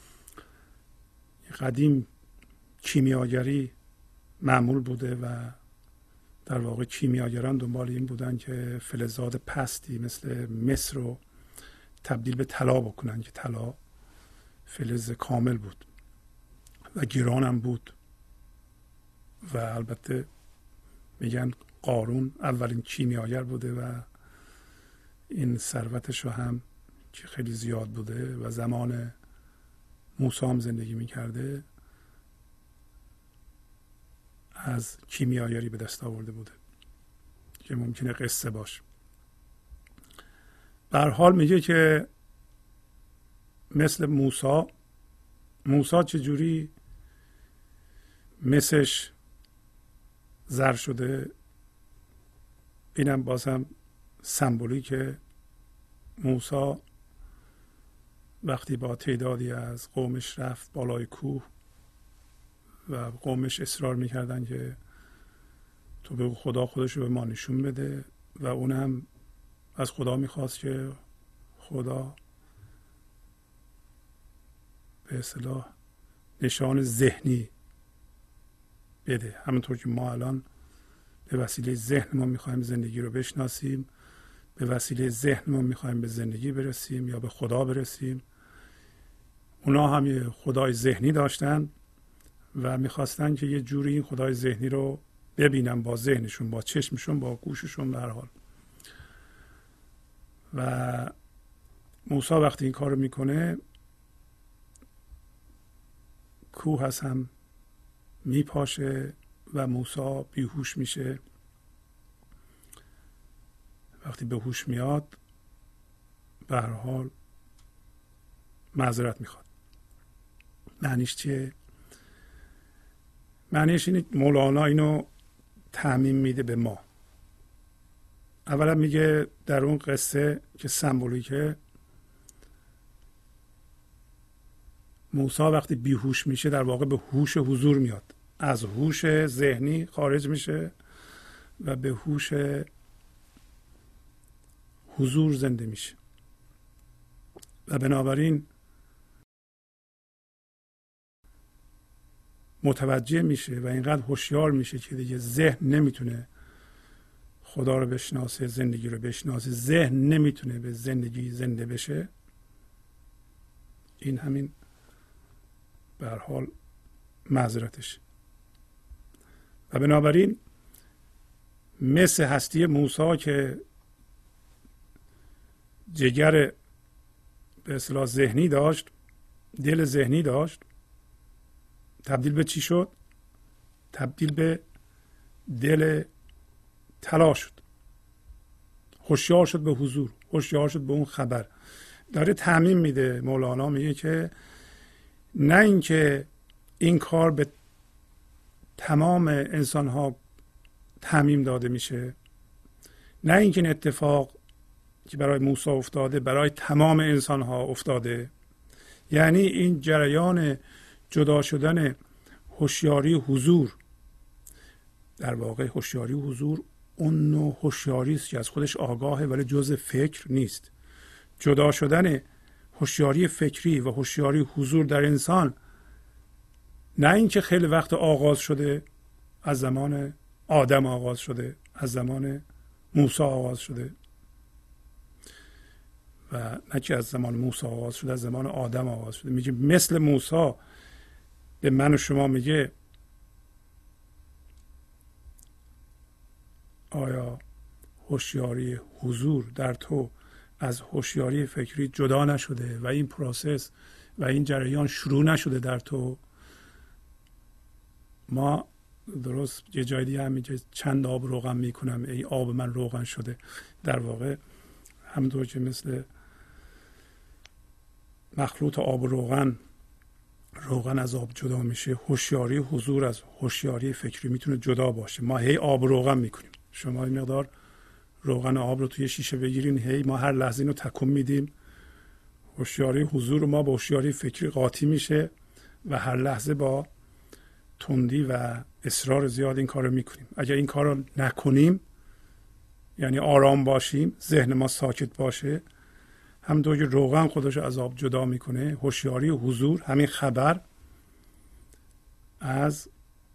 قدیم کیمیاگری معمول بوده و در واقع کیمیاگران دنبال این بودن که فلزات پستی مثل مس رو تبدیل به طلا بکنن که طلا فلز کامل بود و گران هم بود. و البته میگن قارون اولین کیمیاگر بوده و این ثروتش رو هم که خیلی زیاد بوده و زمان موسی هم زندگی میکرده از کیمیاگری به دست آورده بوده که ممکنه قصه باشه. به هر حال میگه که مثل موسی، موسی چجوری مسش زر شده، اینم بازم سمبولیکه. موسی وقتی با تعدادی از قومش رفت بالای کوه و قومش اصرار میکردن که تو به خدا خودش رو به ما نشون بده و اونم از خدا میخواست که خدا به اصطلاح نشان ذهنی بده. همونطور که ما الان به وسیله ذهن ما میخوایم زندگی رو بشناسیم، به وسیله ذهن ما میخوایم به زندگی برسیم یا به خدا برسیم. اونا هم یه خدای ذهنی داشتن و میخواستن که یه جوری این خدای ذهنی رو ببینن با ذهنشون، با چشمشون، با گوششون به هر حال. و موسی وقتی این کار رو میکنه کوه از هم میپاشه و موسی بیهوش میشه. وقتی به هوش میاد به هر حال معذرت میخواد. معنیش چیه؟ معنیش اینه مولانا اینو تعمیم میده به ما. اولا میگه در اون قصه که سمبولیکه، موسی وقتی بیهوش میشه در واقع به هوش حضور میاد، از هوش ذهنی خارج میشه و به هوش حضور زنده میشه و بنابراین متوجه میشه و اینقدر هوشیار میشه که دیگه ذهن نمیتونه خدا رو بشناسه، زندگی رو بشناسه، ذهن نمیتونه به زندگی زنده بشه. این همین به هر حال معذرتش. و بنابراین مثل هستی موسی که جگر به اصطلاح ذهنی داشت، دل ذهنی داشت، تبدیل به چی شد؟ تبدیل به دل طلا شد. هوشیار شد به حضور، هوشیار شد به اون خبر. داره تعمیم میده. مولانا میگه که نه اینکه این کار به تمام انسان ها تعمیم داده میشه، نه اینکه این اتفاق که برای موسی افتاده برای تمام انسان ها افتاده. یعنی این جریان جدا شدن هوشیاری حضور، در واقع هوشیاری حضور اون نوع هوشیاری است که از خودش آگاهه ولی جزء فکر نیست. جدا شدن هوشیاری فکری و هوشیاری حضور در انسان، نه اینکه خیلی وقت آغاز شده، از زمان آدم آغاز شده، از زمان موسی آغاز شده، و نه که از زمان موسی آغاز شده، از زمان آدم آغاز شده. میگه مثل موسی به من و شما میگه هوشیاری حضور در تو از هوشیاری فکری جدا نشده و این پروسس و این جریان شروع نشده در تو، ما درست یه جای دیگه هم میگه چند آب روغن میکنم ای آب من روغن شده. در واقع همونطور که مثل مخلوط آب و روغن روغن از آب جدا میشه، هوشیاری حضور از هوشیاری فکری میتونه جدا باشه. ما هی آب و روغن میکنیم. شما این مقدار روغن آب رو توی شیشه بگیرین، هی ما هر لحظه اینو تکون میدیم، هوشیاری حضور ما با هوشیاری فکری قاطی میشه و هر لحظه با تندی و اصرار زیاد این کار رو میکنیم. اگر این کار رو نکنیم، یعنی آرام باشیم، ذهن ما ساکت باشه، همونطور که روغن خودش از آب جدا میکنه، هوشیاری حضور همین خبر از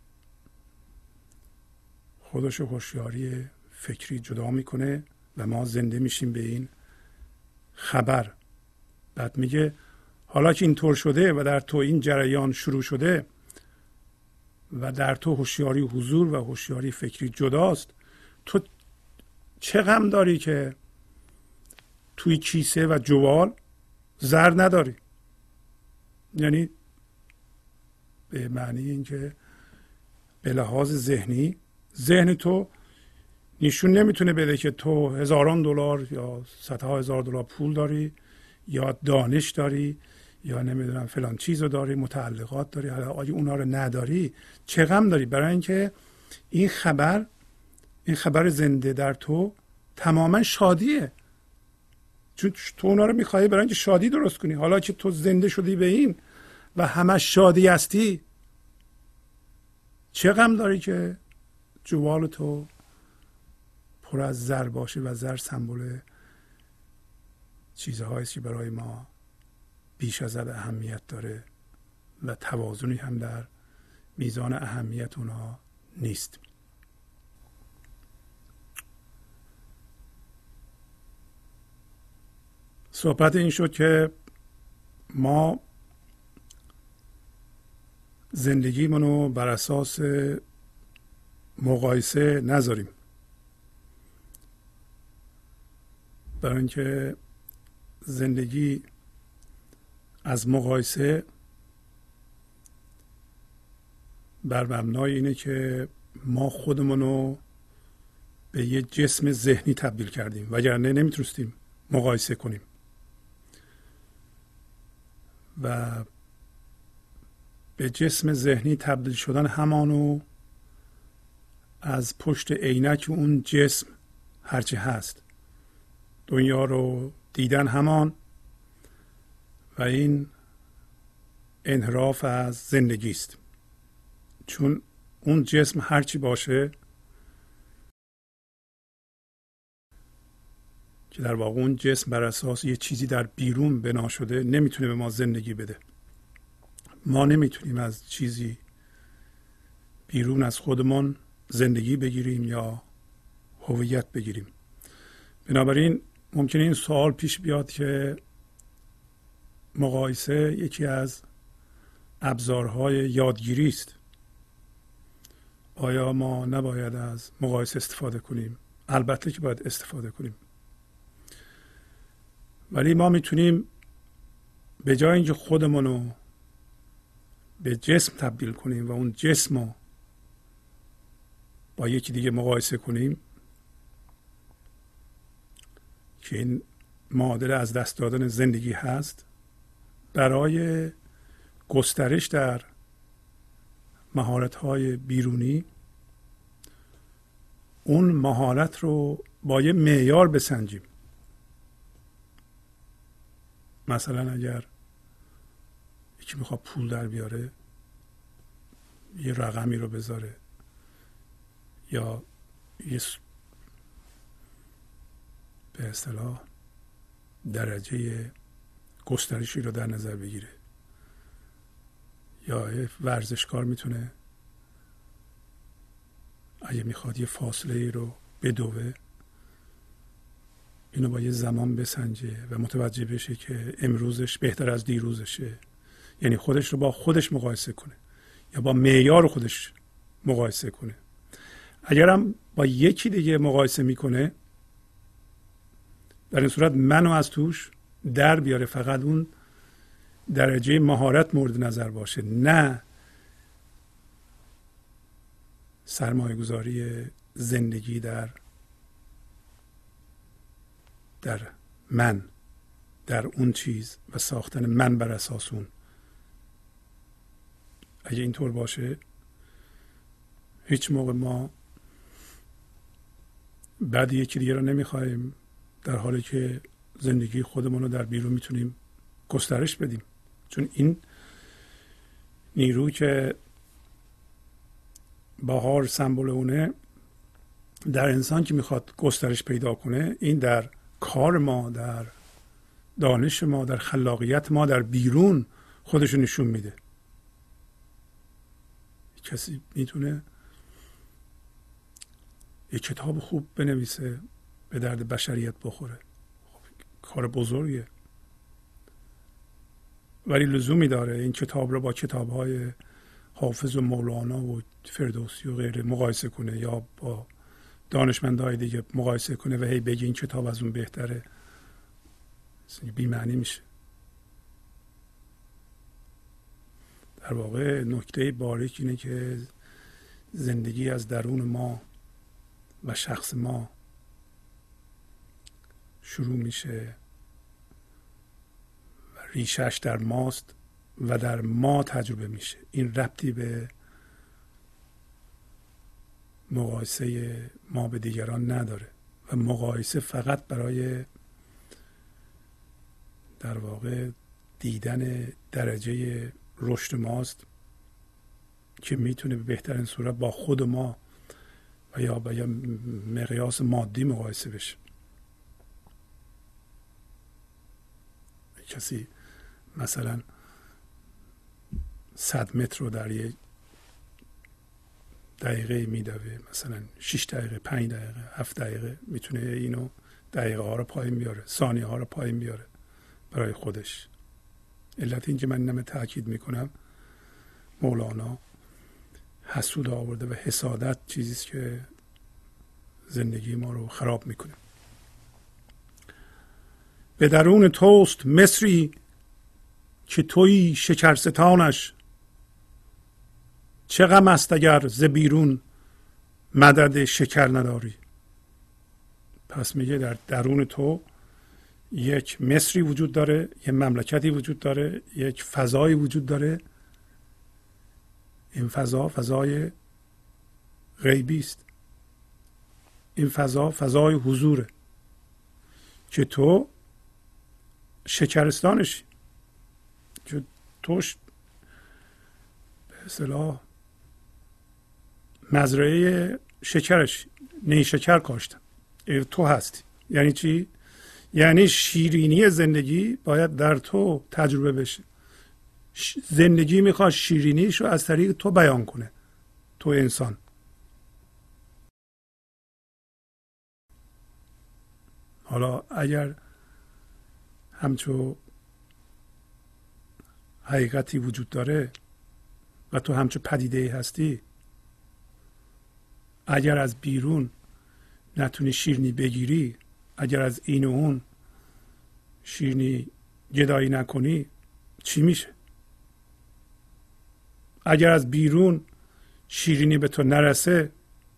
خودش هوشیاری فکری جدا میکنه و ما زنده میشیم به این خبر. بعد میگه حالا که اینطور شده و در تو این جریان شروع شده و در تو هوشیاری حضور و هوشیاری فکری جداست، تو چه غم داری که توی کیسه و جوال زر نداری؟ یعنی به معنی اینکه به لحاظ ذهنی ذهن تو نشون نمیتونه بده که تو هزاران دلار یا صدها هزار دلار پول داری یا دانش داری یا نمیدونم فلان چیزو داری، متعلقات داری. حالا آیا اونا رو نداری چه غم داری؟ برای اینکه این خبر این خبر زنده در تو تماما شادیه، چون تو اونا رو میخوای برای اینکه شادی درست کنی. حالا که تو زنده شدی به این و همش شادی هستی، چه غم داری که جوال تو پر از زر باشه و زر سمبل چیزهایی است که برای ما بیش از حد اهمیت داره و توازنی هم در میزان اهمیت اونها نیست. صحبت این شد که ما زندگیمون رو بر اساس مقایسه نذاریم، برای اینکه زندگی از مقایسه بر مبنای اینه که ما خودمون رو به یه جسم ذهنی تبدیل کردیم، وگرنه نمیتونستیم مقایسه کنیم. و به جسم ذهنی تبدیل شدن همانو از پشت عینک اون جسم هرچی هست دنیا رو دیدن همان و این انحراف از زندگی است. چون اون جسم هرچی باشه که در واقع اون جسم بر اساس یه چیزی در بیرون بنا شده نمیتونه به ما زندگی بده. ما نمیتونیم از چیزی بیرون از خودمون زندگی بگیریم یا هویت بگیریم. بنابراین ممکنه این سوال پیش بیاد که مقایسه یکی از ابزارهای یادگیری است. آیا ما نباید از مقایسه استفاده کنیم؟ البته که باید استفاده کنیم، ولی ما میتونیم به جای اینکه خودمون رو به جسم تبدیل کنیم و اون جسم رو با یکی دیگه مقایسه کنیم که این معادل از دست دادن زندگی هست، برای گسترش در مهارت‌های بیرونی اون مهارت رو با یه معیار بسنجیم. مثلا اگر یکی میخواد پول در بیاره یه رقمی رو بذاره یا یه به اصطلاح درجه گسترشی رو در نظر بگیره، یا یه ورزشکار میتونه اگه میخواد یه فاصله ای رو بدوه اینو با یه زمان بسنجه و متوجه بشه که امروزش بهتر از دیروزشه، یعنی خودش رو با خودش مقایسه کنه یا با معیار خودش مقایسه کنه. اگرم با یکی دیگه مقایسه میکنه در این صورت منو از توش در بیاره، فقط اون درجه مهارت مورد نظر باشه، نه سرمایه گذاری زندگی در در من، در اون چیز و ساختن من بر اساس اون. اگه اینطور باشه هیچ موقع ما بعد یکی دیگه رو نمیخوایم، در حالی که زندگی خودمون رو در بیرون میتونیم گسترش بدیم. چون این نیرو که بهار سمبل اونه در انسان که میخواد گسترش پیدا کنه، این در کار ما، در دانش ما، در خلاقیت ما در بیرون خودشو نشون میده. کسی میتونه یک کتاب خوب بنویسه به درد بشریت بخوره، خب، کار بزرگیه، ولی لزومی داره این کتاب رو با کتاب‌های حافظ و مولانا و فردوسی و غیره مقایسه کنه یا با دانشمندهای دیگه مقایسه کنه و هی بگه این کتاب از اون بهتره؟ بی معنی میشه. در واقع نکته باریک اینه که زندگی از درون ما و شخص ما شروع میشه و ریشش در ماست و در ما تجربه میشه. این ربطی به مقایسه ما به دیگران نداره و مقایسه فقط برای در واقع دیدن درجه رشد ماست که میتونه به بهترین صورت با خود ما و یا با مقیاس مادی مقایسه بشه. کسی مثلا صد متر رو در یک دقیقه میدوه، مثلا شش دقیقه، پنج دقیقه، هفت دقیقه، میتونه اینو دقیقه ها رو پایین بیاره، ثانیه ها رو پایین بیاره برای خودش. علت این که من نمه تاکید میکنم مولانا حسود آورده و حسادت چیزیست که زندگی ما رو خراب میکنه. به درون توست مصری که تویی شکرستانش، چه غم است اگر ز بیرون مدد شکر نداری. پس میگه در درون تو یک مصری وجود داره، یک مملکتی وجود داره، یک فضایی وجود داره. این فضا فضای غیبی است. این فضا فضای حضوره که تو شکرستانشی، که توش به اصطلاح مزرعه شکرش، نیشکر کاشتن، تو هستی. یعنی چی؟ یعنی شیرینی زندگی باید در تو تجربه بشه. زندگی میخواد شیرینیش رو از طریق تو بیان کنه، تو انسان. حالا اگر همچو حقیقتی وجود داره و تو همچو پدیده هستی، اگر از بیرون نتونی شیرینی بگیری، اگر از این و اون شیرینی گدایی نکنی، چی میشه؟ اگر از بیرون شیرینی به تو نرسه،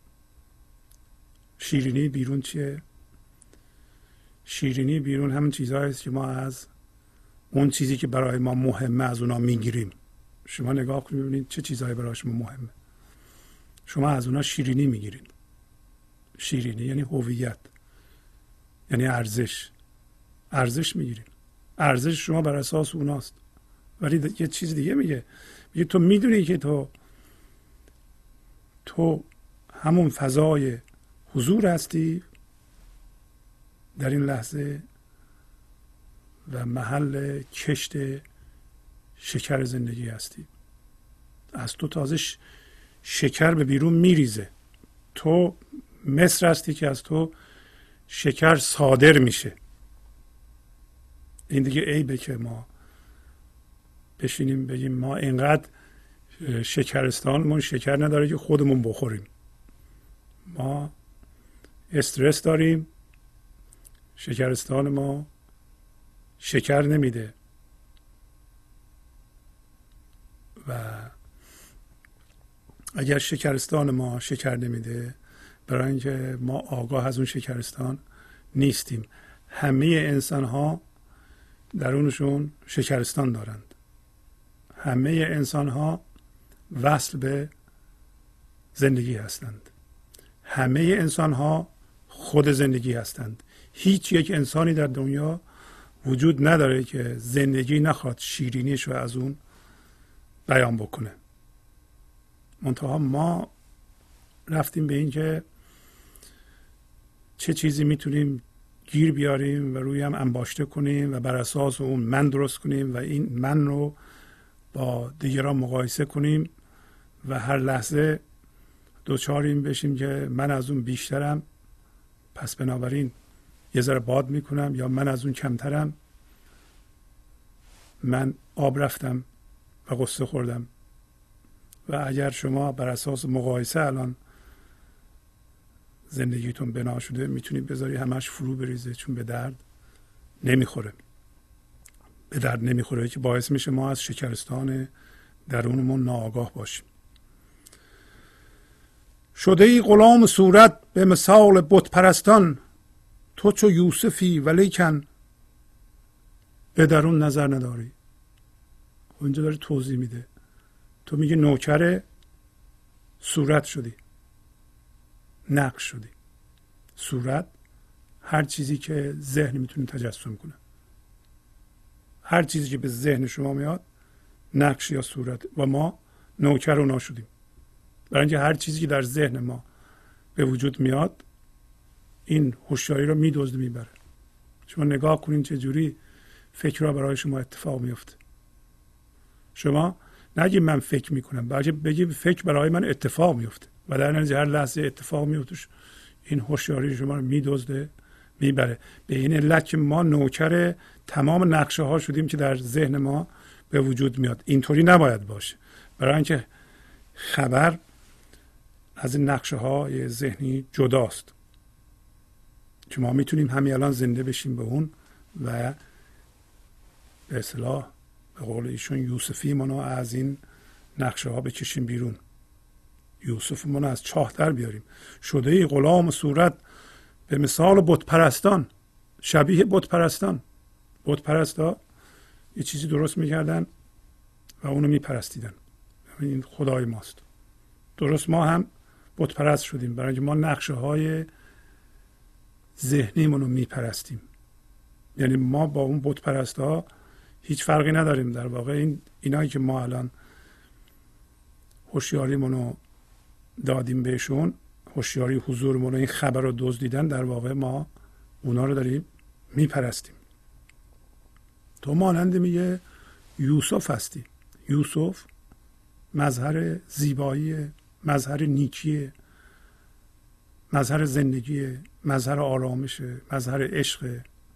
شیرینی بیرون چیه؟ شیرینی بیرون همون چیزهایی است که ما از اون چیزی که برای ما مهمه از اونا میگیریم. شما نگاه کنید ببینید چه چیزهایی برای شما مهمه. شما از اونا شیرینی میگیرید. شیرینی یعنی هویت، یعنی ارزش. ارزش میگیرید. ارزش شما بر اساس اوناست. ولی یه چیز دیگه میگه، میگه تو میدونی که تو تو همون فضای حضور هستی در این لحظه و محل کشت شکر زندگی هستی. از تو تازه شکر به بیرون میریزه. تو مصر هستی که از تو شکر صادر میشه. این دیگه عیبه که ما بشینیم بگیم ما اینقدر شکرستانمون شکر نداره که خودمون بخوریم. ما استرس داریم، شکرستان ما شکر نمیده و اگر شکرستان ما شکر نمیده، برای اینکه ما آگاه از اون شکرستان نیستیم. همه انسان ها درونشون شکرستان دارند. همه انسان ها وصل به زندگی هستند. همه انسان ها خود زندگی هستند. هیچ یک انسانی در دنیا وجود نداره که زندگی نخواد شیرینیش رو از اون بیان بکنه. منتها ما رفتیم به این که چه چیزی میتونیم گیر بیاریم و روی هم انباشته کنیم و بر اساس اون من درست کنیم و این من رو با دیگران مقایسه کنیم و هر لحظه دوچار این بشیم که من از اون بیشترم، پس بنابراین یه ذره باد میکنم، یا من از اون کمترم، من آب رفتم و قصه خوردم. و اگر شما بر اساس مقایسه الان زندگیتون بنا شده، میتونید بذاری همش فرو بریزه، چون به درد نمیخوره. به درد نمیخوره که باعث میشه ما از شکرستان درونمون ناآگاه باشیم. شده ای غلام صورت به مثال بت پرستان، تو چو یوسفی ولیکن به درون نظر نداری. اونجا داره توضیح میده. تو میگه نوکر صورت شدی، نقش شدی. صورت هر چیزی که ذهن میتونه تجسم کنه، هر چیزی که به ذهن شما میاد نقش یا صورت، و ما نوکر اونا شدیم. برای اینکه هر چیزی که در ذهن ما به وجود میاد این هوشیاری رو میدزده میبره. شما نگاه کنین چه جوری فکرها برای شما اتفاق میفته. شما نگی من فکر میکنم، بلکه بگی فکر برای من اتفاق میفته و در نتیجه هر لحظه اتفاق میفته این هوشیاری شما رو میدزده میبره. به این علت که ما نوکر تمام نقشه ها شدیم که در ذهن ما به وجود میاد. اینطوری نباید باشه، برای اینکه خبر از این نقشه های ذهنی جداست که ما میتونیم همین الان زنده بشیم به اون و به اصطلاح به قول ایشون یوسفی منو از این نقشه ها بکشیم بیرون، یوسف منو از چاه در بیاریم. شده ای غلام صورت به مثال بت پرستان، شبیه بت پرستان. بت پرستا یه چیزی درست میکردن و اونو میپرستیدن، این خدای ماست. درست ما هم بت پرست شدیم برای اینکه ما نقشه های ذهنی منو میپرستیم. یعنی ما با اون بت پرستا هیچ فرقی نداریم. در واقع این اینایی که ما الان هوشیاریمونو دادیم بهشون، هوشیاری حضورمون، این خبر رو دزدیدن، در واقع ما اونا رو داریم میپرستیم. تو مانند میگه یوسف هستی. یوسف مظهر زیبایی، مظهر نیکی، مظهر زندگی، مظهر آرامش، مظهر عشق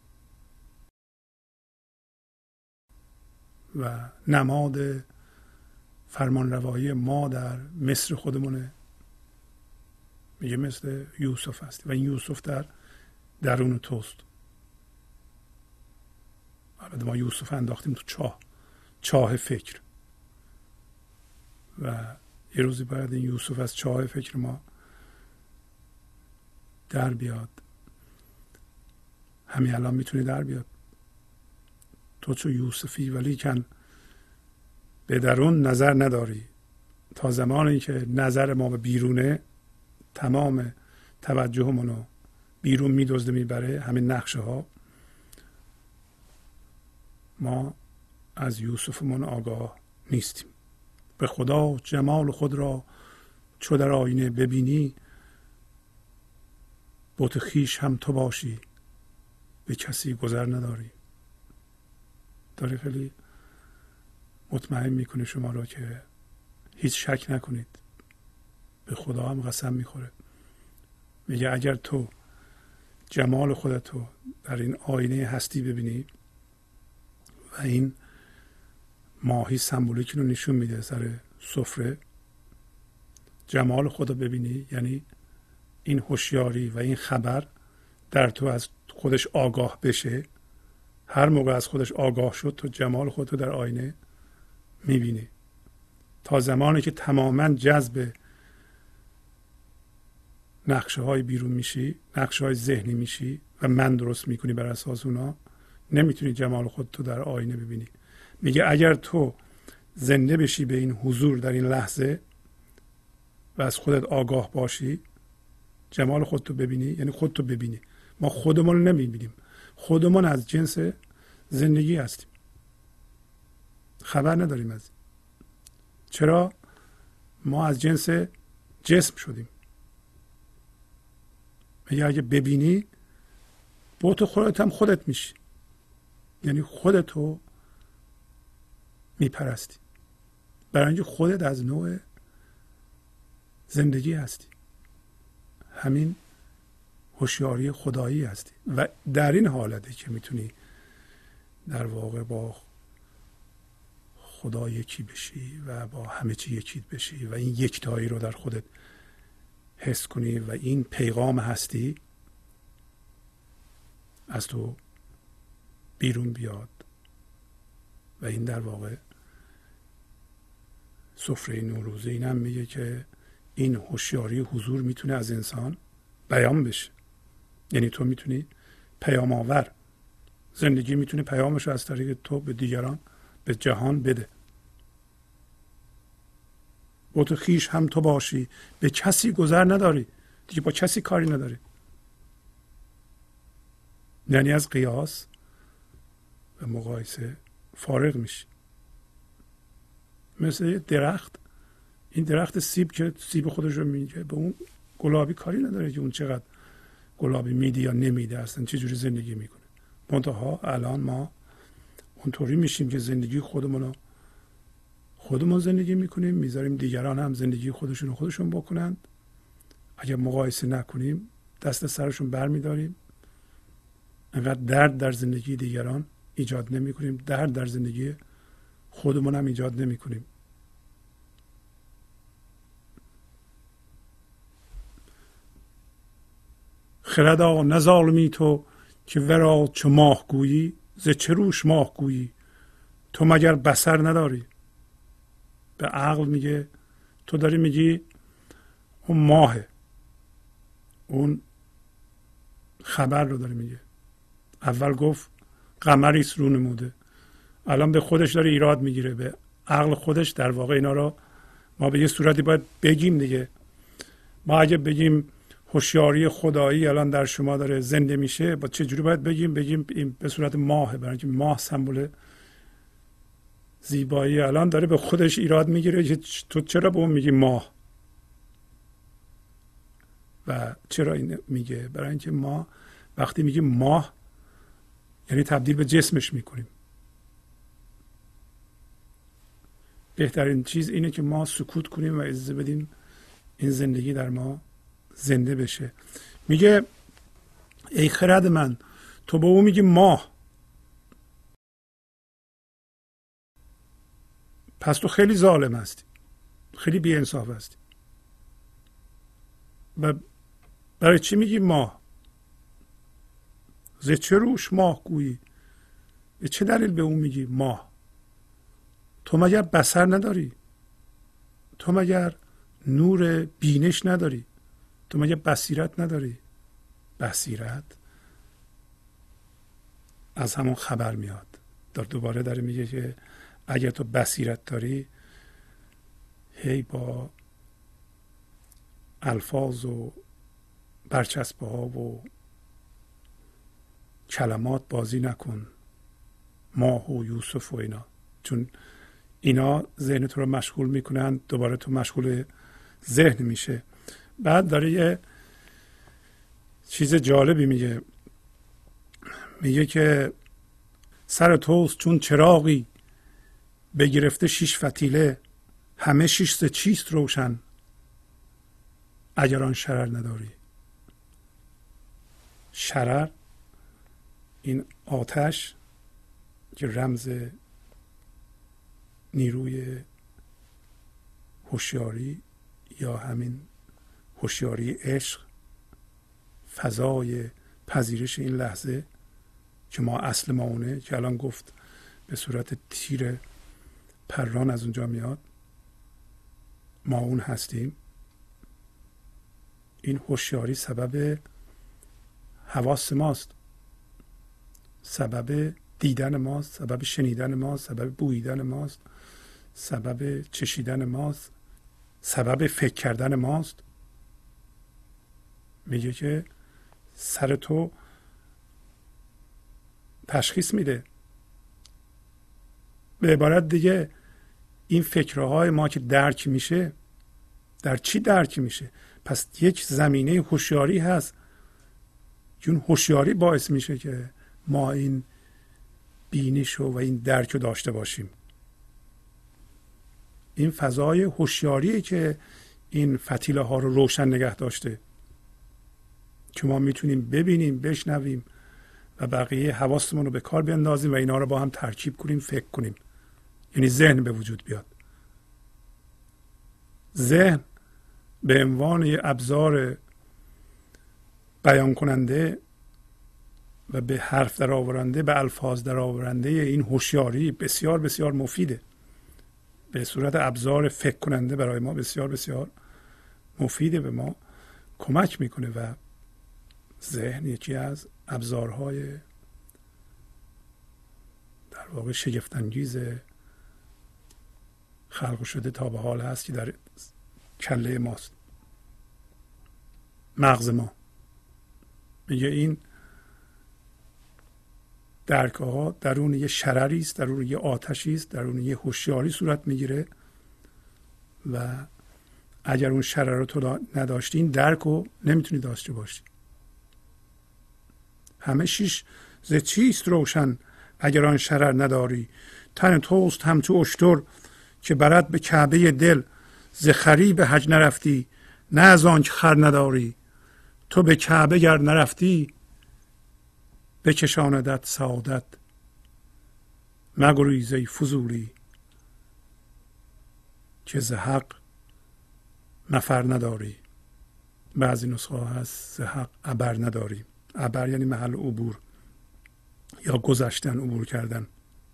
و نماد فرمانروایی ما در مصر خودمونه. میگه مثل یوسف هستی و این یوسف در درون توست. البته ما یوسف انداختیم تو چاه، چاه فکر، و یه روزی باید این یوسف از چاه فکر ما در بیاد. همین الان میتونه در بیاد. تو چو یوسفی ولیکن به درون نظر نداری. تا زمانی که نظر ما به بیرونه، تمام توجهمونو بیرون میدزده میبره، همین نقشه ها، ما از یوسفمون آگاه نیستیم. به خدا جمال خود را چو در آینه ببینی، بت خویش هم تو باشی به کسی گذر نداری. داره خیلی مطمئن میکنه شما را که هیچ شک نکنید. به خدا هم قسم میخوره، میگه اگر تو جمال خودتو در این آینه هستی ببینی و این ماهی سمبولیکی رو نشون میده سر سفره، جمال خدا ببینی، یعنی این هوشیاری و این خبر در تو از خودش آگاه بشه، هر موقع از خودش آگاه شد تو جمال خودتو در آینه میبینی. تا زمانی که تماما جذب نقشه های بیرون میشی، نقشه های ذهنی میشی و من درست میکنی بر اساس اونا، نمیتونی جمال خودتو در آینه ببینی. میگه اگر تو زنده بشی به این حضور در این لحظه و از خودت آگاه باشی، جمال خودتو ببینی، یعنی خودتو ببینی. ما خودمون رو نمیبینیم، خودمون از جنس زندگی هستیم، خبر نداریم از این. چرا؟ ما از جنس جسم شدیم. میگه اگه ببینی با تو خودت هم خودت میشی، یعنی خودتو میپرستی، برای اینکه خودت از نوع زندگی هستی، همین هوشیاری خدایی هستی. و در این حالته که میتونی در واقع با خدا یکی بشی و با همه چی یکی بشی و این یکتایی رو در خودت حس کنی و این پیغام هستی از تو بیرون بیاد. و این در واقع سفره نوروزی این هم میگه که این هوشیاری حضور میتونه از انسان بیان بشه، یعنی تو میتونی پیام آور، زندگی میتونه پیامش رو از طریق تو به دیگران، به جهان بده. با تو خیش هم تو باشی، به کسی گذر نداری، دیگه با کسی کاری نداری، یعنی از قیاس و مقایسه فارغ میشی. مثل یه درخت، این درخت سیب که سیب خودش رو میگه، به اون گلابی کاری نداره که اون چقدر گلابی میده یا نمیده، اصلا چه جوری زندگی میکنه. منتها الان ما اونطوری میشیم که زندگی خودمون رو خودمون زندگی میکنیم، میذاریم دیگران هم زندگی خودشون رو خودشون بکنند. اگر مقایسه نکنیم دست سرشون برمیداریم، انقدر درد در زندگی دیگران ایجاد نمی کنیم، درد در زندگی خودمون هم ایجاد نمی کنیم. خردا نه ظالمی تو که ورا چو ماه گویی، ز چه روش ماه گویی تو مگر بصر نداری. به عقل میگه تو داری میگی اون ماهه، اون خبر رو داری میگه. اول گفت قمریست رو نموده، الان به خودش داره ایراد میگیره، به عقل خودش. در واقع اینا رو ما به یه صورتی باید بگیم دیگه. ما اگه بگیم هوشیاری خدایی الان در شما داره زنده میشه، با چه جوری باید بگیم؟ بگیم این به صورت ماهه، برای اینکه ماه سمبل زیبایی. الان داره به خودش ایراد میگیره که تو چرا به اون میگی ماه و چرا این میگه؟ برای اینکه ما وقتی میگیم ماه یعنی تبدیل به جسمش میکنیم. بهترین چیز اینه که ما سکوت کنیم و اجازه بدیم این زندگی در ما زنده بشه. میگه ای خرد من، تو به او میگی ماه، پس تو خیلی ظالم هستی، خیلی بی‌انصاف هستی. و برای چی میگی ماه؟ ز چه روش ماه گویی، به چه دلیل به اون میگی ماه؟ تو مگر بصر نداری؟ تو مگر نور بینش نداری؟ تو مگر بصیرت نداری؟ بصیرت از همون خبر میاد. در دوباره داره میگه که اگر تو بصیرت داری، هی با الفاظ و برچسبه ها و کلمات بازی نکن، ماه و یوسف و اینا، چون اینا ذهن تو رو مشغول میکنن، دوباره تو مشغول ذهن میشه. بعد داره یه چیز جالبی میگه، میگه که سر توست چون چراغی بگرفته شیش فتیله، همه شیش ز چیست روشن اگر آن شرر نداری. شرر این آتش که رمز نیروی هوشیاری یا همین هوشیاری عشق، فضای پذیرش این لحظه که ما اصل ما اونه، که الان گفت به صورت تیر پران از اونجا میاد، ما اون هستیم. این هوشیاری سبب حواس ماست، سبب دیدن ماست، سبب شنیدن ماست، سبب بوییدن ماست، سبب چشیدن ماست، سبب فکر کردن ماست. میگه که سر تو تشخیص میده. به عبارت دیگه این فکرهای ما که درک میشه، در چی درک میشه؟ پس یک زمینه هوشیاری هست که اون هوشیاری باعث میشه که ما این بینش و این درک رو داشته باشیم. این فضای هوشیاریه که این فتیله ها رو روشن نگه داشته، که ما میتونیم ببینیم، بشنویم و بقیه حواسمون رو به کار بیندازیم و اینا رو با هم ترکیب کنیم، فکر کنیم، یعنی ذهن به وجود بیاد. ذهن به عنوان یه ابزار بیان کننده و به حرف در آورنده، به الفاظ در آورنده این هوشیاری بسیار بسیار مفیده. به صورت ابزار فکر کننده برای ما بسیار بسیار مفیده، به ما کمک میکنه و ذهن یکی از ابزارهای در واقع شگفت انگیز خلق شده تا به حال هست که در کله ماست، مغز ما. میگه این درک ها درون یه شرری است، درون یه آتشی است، درون یه هوشیاری صورت میگیره و اگر اون شرر رو تو نداشتین درک رو نمیتونی داشته باشی. همه شیش ز چیست روشن اگر آن شرر نداری، تن توست همچو اشتر که برد به کعبه دل، ز خری به حج نرفتی نه از آن که خر نداری، تو به کعبه گر نرفتی بکشاندت سعادت، مگریز ای فضولی که ز حق مفر نداری. بعضی نسخه هست ز حق عبر نداری. عبر یعنی محل عبور یا گذشتن، عبور کردن.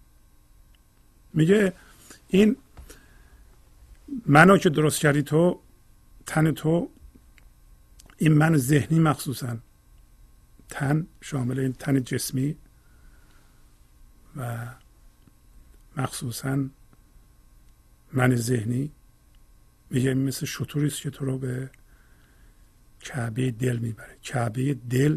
میگه این منو که درست کردی تو، تن تو، این من ذهنی مخصوصا، تن شامل این تن جسمی و مخصوصا من ذهنی، میگه مثل شتوری است که تو رو به کعبه دل میبره. کعبه دل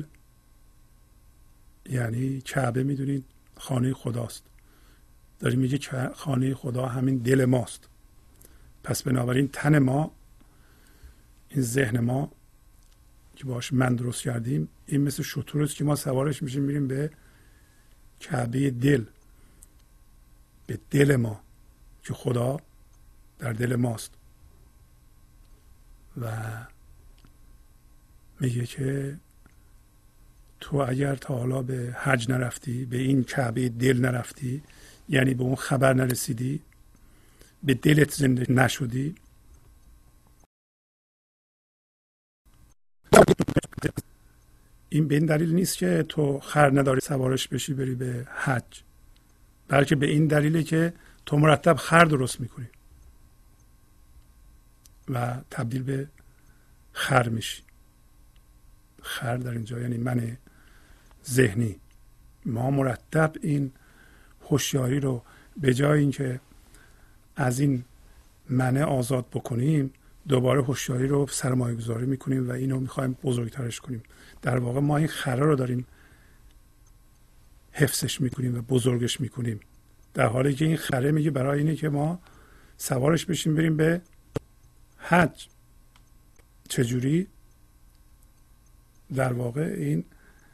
یعنی کعبه میدونید خانه خداست، داری میگه که خانه خدا همین دل ماست. پس بنابراین تن ما، این ذهن ما که باش من درست کردیم، این مثل شتر است که ما سوارش میشیم میریم به کعبه دل، به دل ما که خدا در دل ماست. و میگه که تو اگر تا حالا به حج نرفتی، به این کعبه دل نرفتی، یعنی به اون خبر نرسیدی، به دلت زنده نشدی، این به این دلیل نیست که تو خر نداری سوارش بشی بری به حج، بلکه به این دلیله که تو مرتب خر درست میکنی و تبدیل به خر میشی. خر در اینجا یعنی من ذهنی. ما مرتب این هوشیاری رو به جای اینکه از این من آزاد بکنیم، دوباره هوشیاری رو سرمایه گذاری میکنیم و اینو میخوایم بزرگترش کنیم. در واقع ما این خره رو داریم حفظش میکنیم و بزرگش میکنیم، در حالی که این خره میگه برای اینه که ما سوارش بشیم بریم به حج. چجوری؟ در واقع این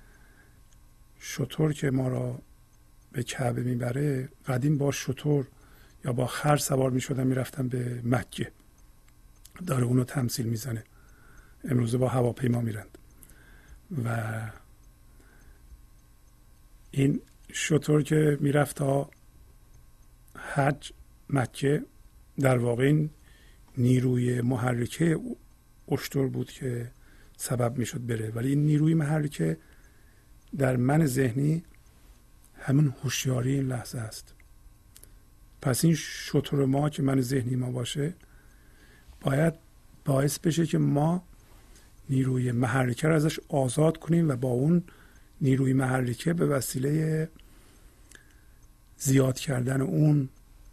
شتر که ما را به کعبه میبره، قدیم با شتر یا با خر سوار میشدن میرفتن به مکه، داره اونو تمثیل میزنه. امروزه با هواپیما میرند و این شتر که میرفت تا حج مکه، در واقع این نیروی محرکه اشتر بود که سبب میشد بره، ولی این نیروی محرکه در من ذهنی همون هوشیاری این لحظه است. پس این شتر ما که من ذهنی ما باشه باید باعث بشه که ما نیروی محرکه رو ازش آزاد کنیم و با اون نیروی محرکه به وسیله زیاد کردن اون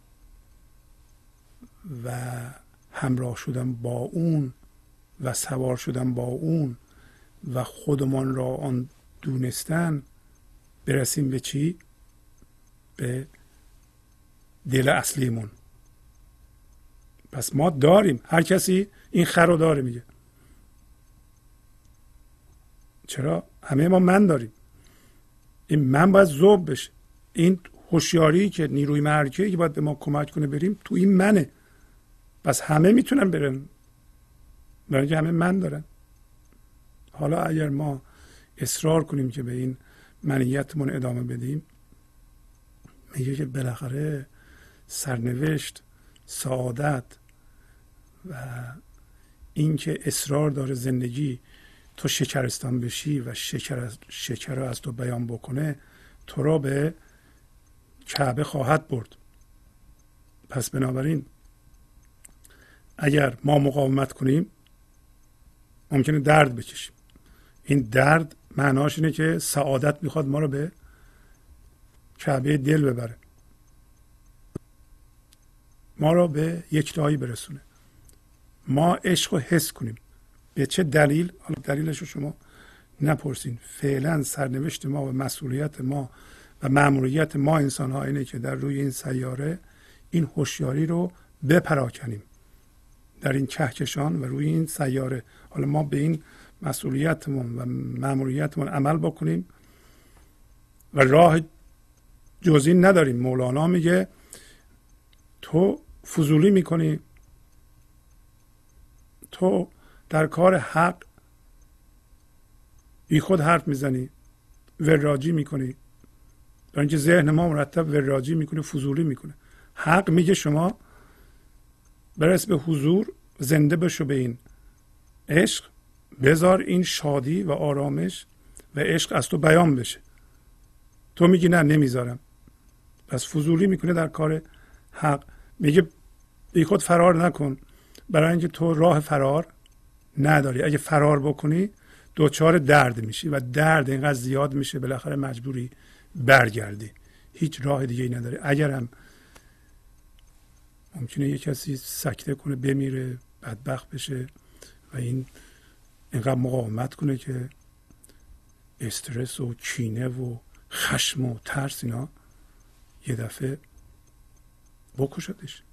و همراه شدن با اون و سوار شدن با اون و خودمان را آن دونستن برسیم به چی؟ به دل اصلیمون. پس ما داریم، هر کسی این خر رو داره. میگه چرا؟ همه ما من داریم. این من باید ذوب بشه. این هوشیاری که نیروی محرکه‌ای که باید به ما کمک کنه بریم تو این منه. پس همه میتونن برن، برای اینکه همه من دارن. حالا اگر ما اصرار کنیم که به این منیتمون ادامه بدیم، میگه که بالاخره سرنوشت، سعادت و اینکه اصرار داره زندگی تو شکرستان بشی و شکر شکر رو از تو بیان بکنه، تو را به کعبه خواهد برد. پس بنابراین اگر ما مقاومت کنیم ممکنه درد بکشیم. این درد معناش اینه که سعادت میخواد ما رو به کعبه دل ببره، ما رو به یکتایی برسونه. ما عشق رو حس کنیم. به چه دلیل؟ حالا دلیلش رو شما نپرسین. فعلا سرنوشت ما و مسئولیت ما و مأموریت ما انسان ها اینه که در روی این سیاره این هوشیاری رو بپراکنیم در این کهکشان و روی این سیاره. حالا ما به این مسئولیتمون و مأموریتمون عمل بکنیم و راه جز این نداریم. مولانا میگه تو فضولی میکنی، تو در کار حق بی خود حرف میزنی، وراجی میکنی. در اینکه ذهن ما مرتب وراجی میکنه، فضولی میکنه. حق میگه شما برس به حضور، زنده بشو به این عشق، بذار این شادی و آرامش و عشق از تو بیان بشه. تو میگی نه نمیذارم، پس فضولی میکنه در کار حق. میگه بی خود فرار نکن، برای اینکه تو راه فرار نداری. اگه فرار بکنی دوچار درد میشی و درد اینقدر زیاد میشه بالاخره مجبوری برگردی. هیچ راه دیگه ای نداری. اگرم ممکنه یه کسی سکته کنه، بمیره، بدبخت بشه و این اینقدر مقاومت کنه که استرس و کینه و خشم و ترس اینا یه دفعه بکشدش.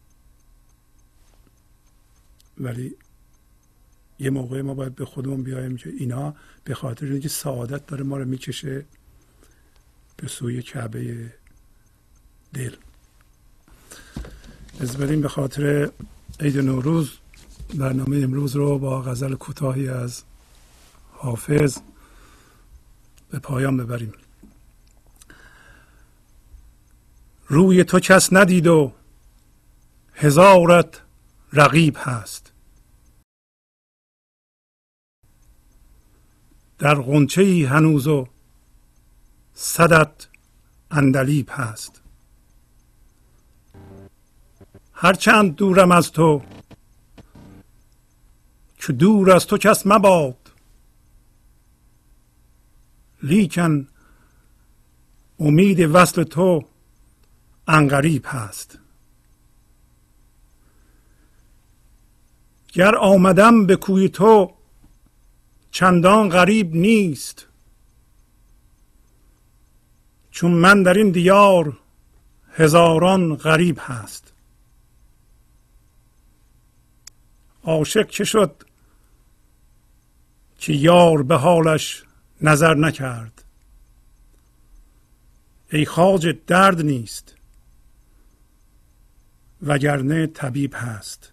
ولی یه موقع ما باید به خودمون بیایم که اینا به خاطر اینکه سعادت داره ما رو میکشه به سوی کعبه دل. از بریم به خاطر عید نوروز برنامه امروز رو با غزل کوتاهی از حافظ به پایان ببریم. روی تو کس ندید و هزارت رقیب هست، در غنچه ای هنوز و صدت عندلیب هست. هرچند دورم از تو که دور از تو کس مباد، لیکن امید وصل تو عنقریب هست. گر آمدم به کوی تو چندان غریب نیست، چون من در این دیار هزاران غریب هست. عاشق چه شد که یار به حالش نظر نکرد، ای خواجه درد نیست وگرنه طبیب هست.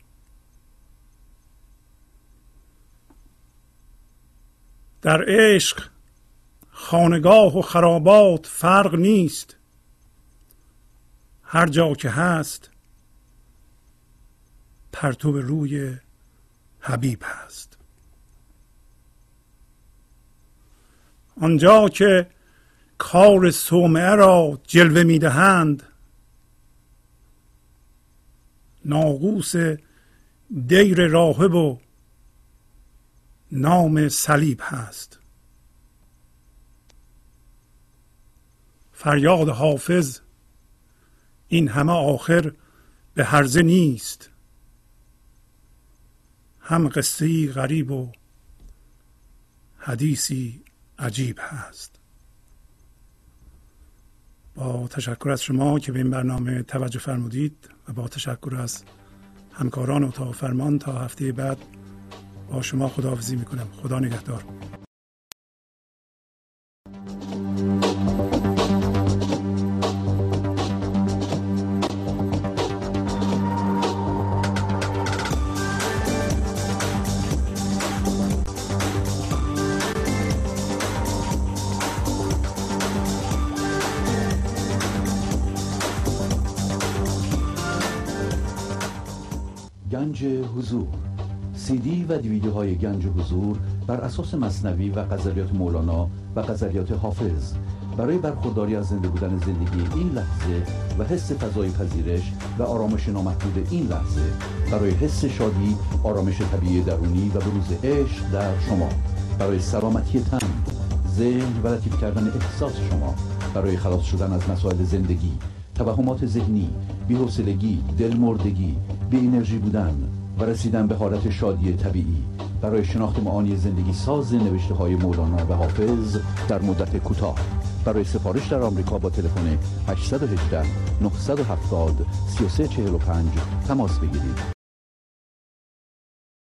در عشق خانگاه و خرابات فرق نیست، هر جا که هست پرتو روی حبیب هست. آنجا که کار صومعه را جلوه میدهند، ناقوس دیر راهب و نام صلیب هست. فریاد حافظ این همه آخر به هرزه نیست، هم قصه‌ای غریب و حدیثی عجیب هست. با تشکر از شما که به این برنامه توجه فرمودید و با تشکر از همکاران اتاق فرمان، تا هفته بعد با شما خداحافظی میکنم. خدا نگهدار. گنج حضور، سی دی و دیویدیوهای گنج حضور بر اساس مثنوی و غزلیات مولانا و غزلیات حافظ برای برخورداری از زنده بودن زندگی این لحظه و حس فضای پذیرش و آرامش نامحدود این لحظه، برای حس شادی، آرامش طبیعی درونی و بروز عشق در شما، برای سلامتی تن، ذهن و لطیف کردن احساس شما، برای خلاص شدن از مسائل زندگی، توهمات ذهنی، بی‌حوصلگی، دلمردگی، بی انرژی بودن و رسیدن به حالت شادی طبیعی، برای شناخت معانی زندگی ساز نوشته های مولانا و حافظ در مدت کوتاه. برای سفارش در آمریکا با تلفن هشت یک هشت نه هفت صفر سه سه چهار پنج تماس بگیرید.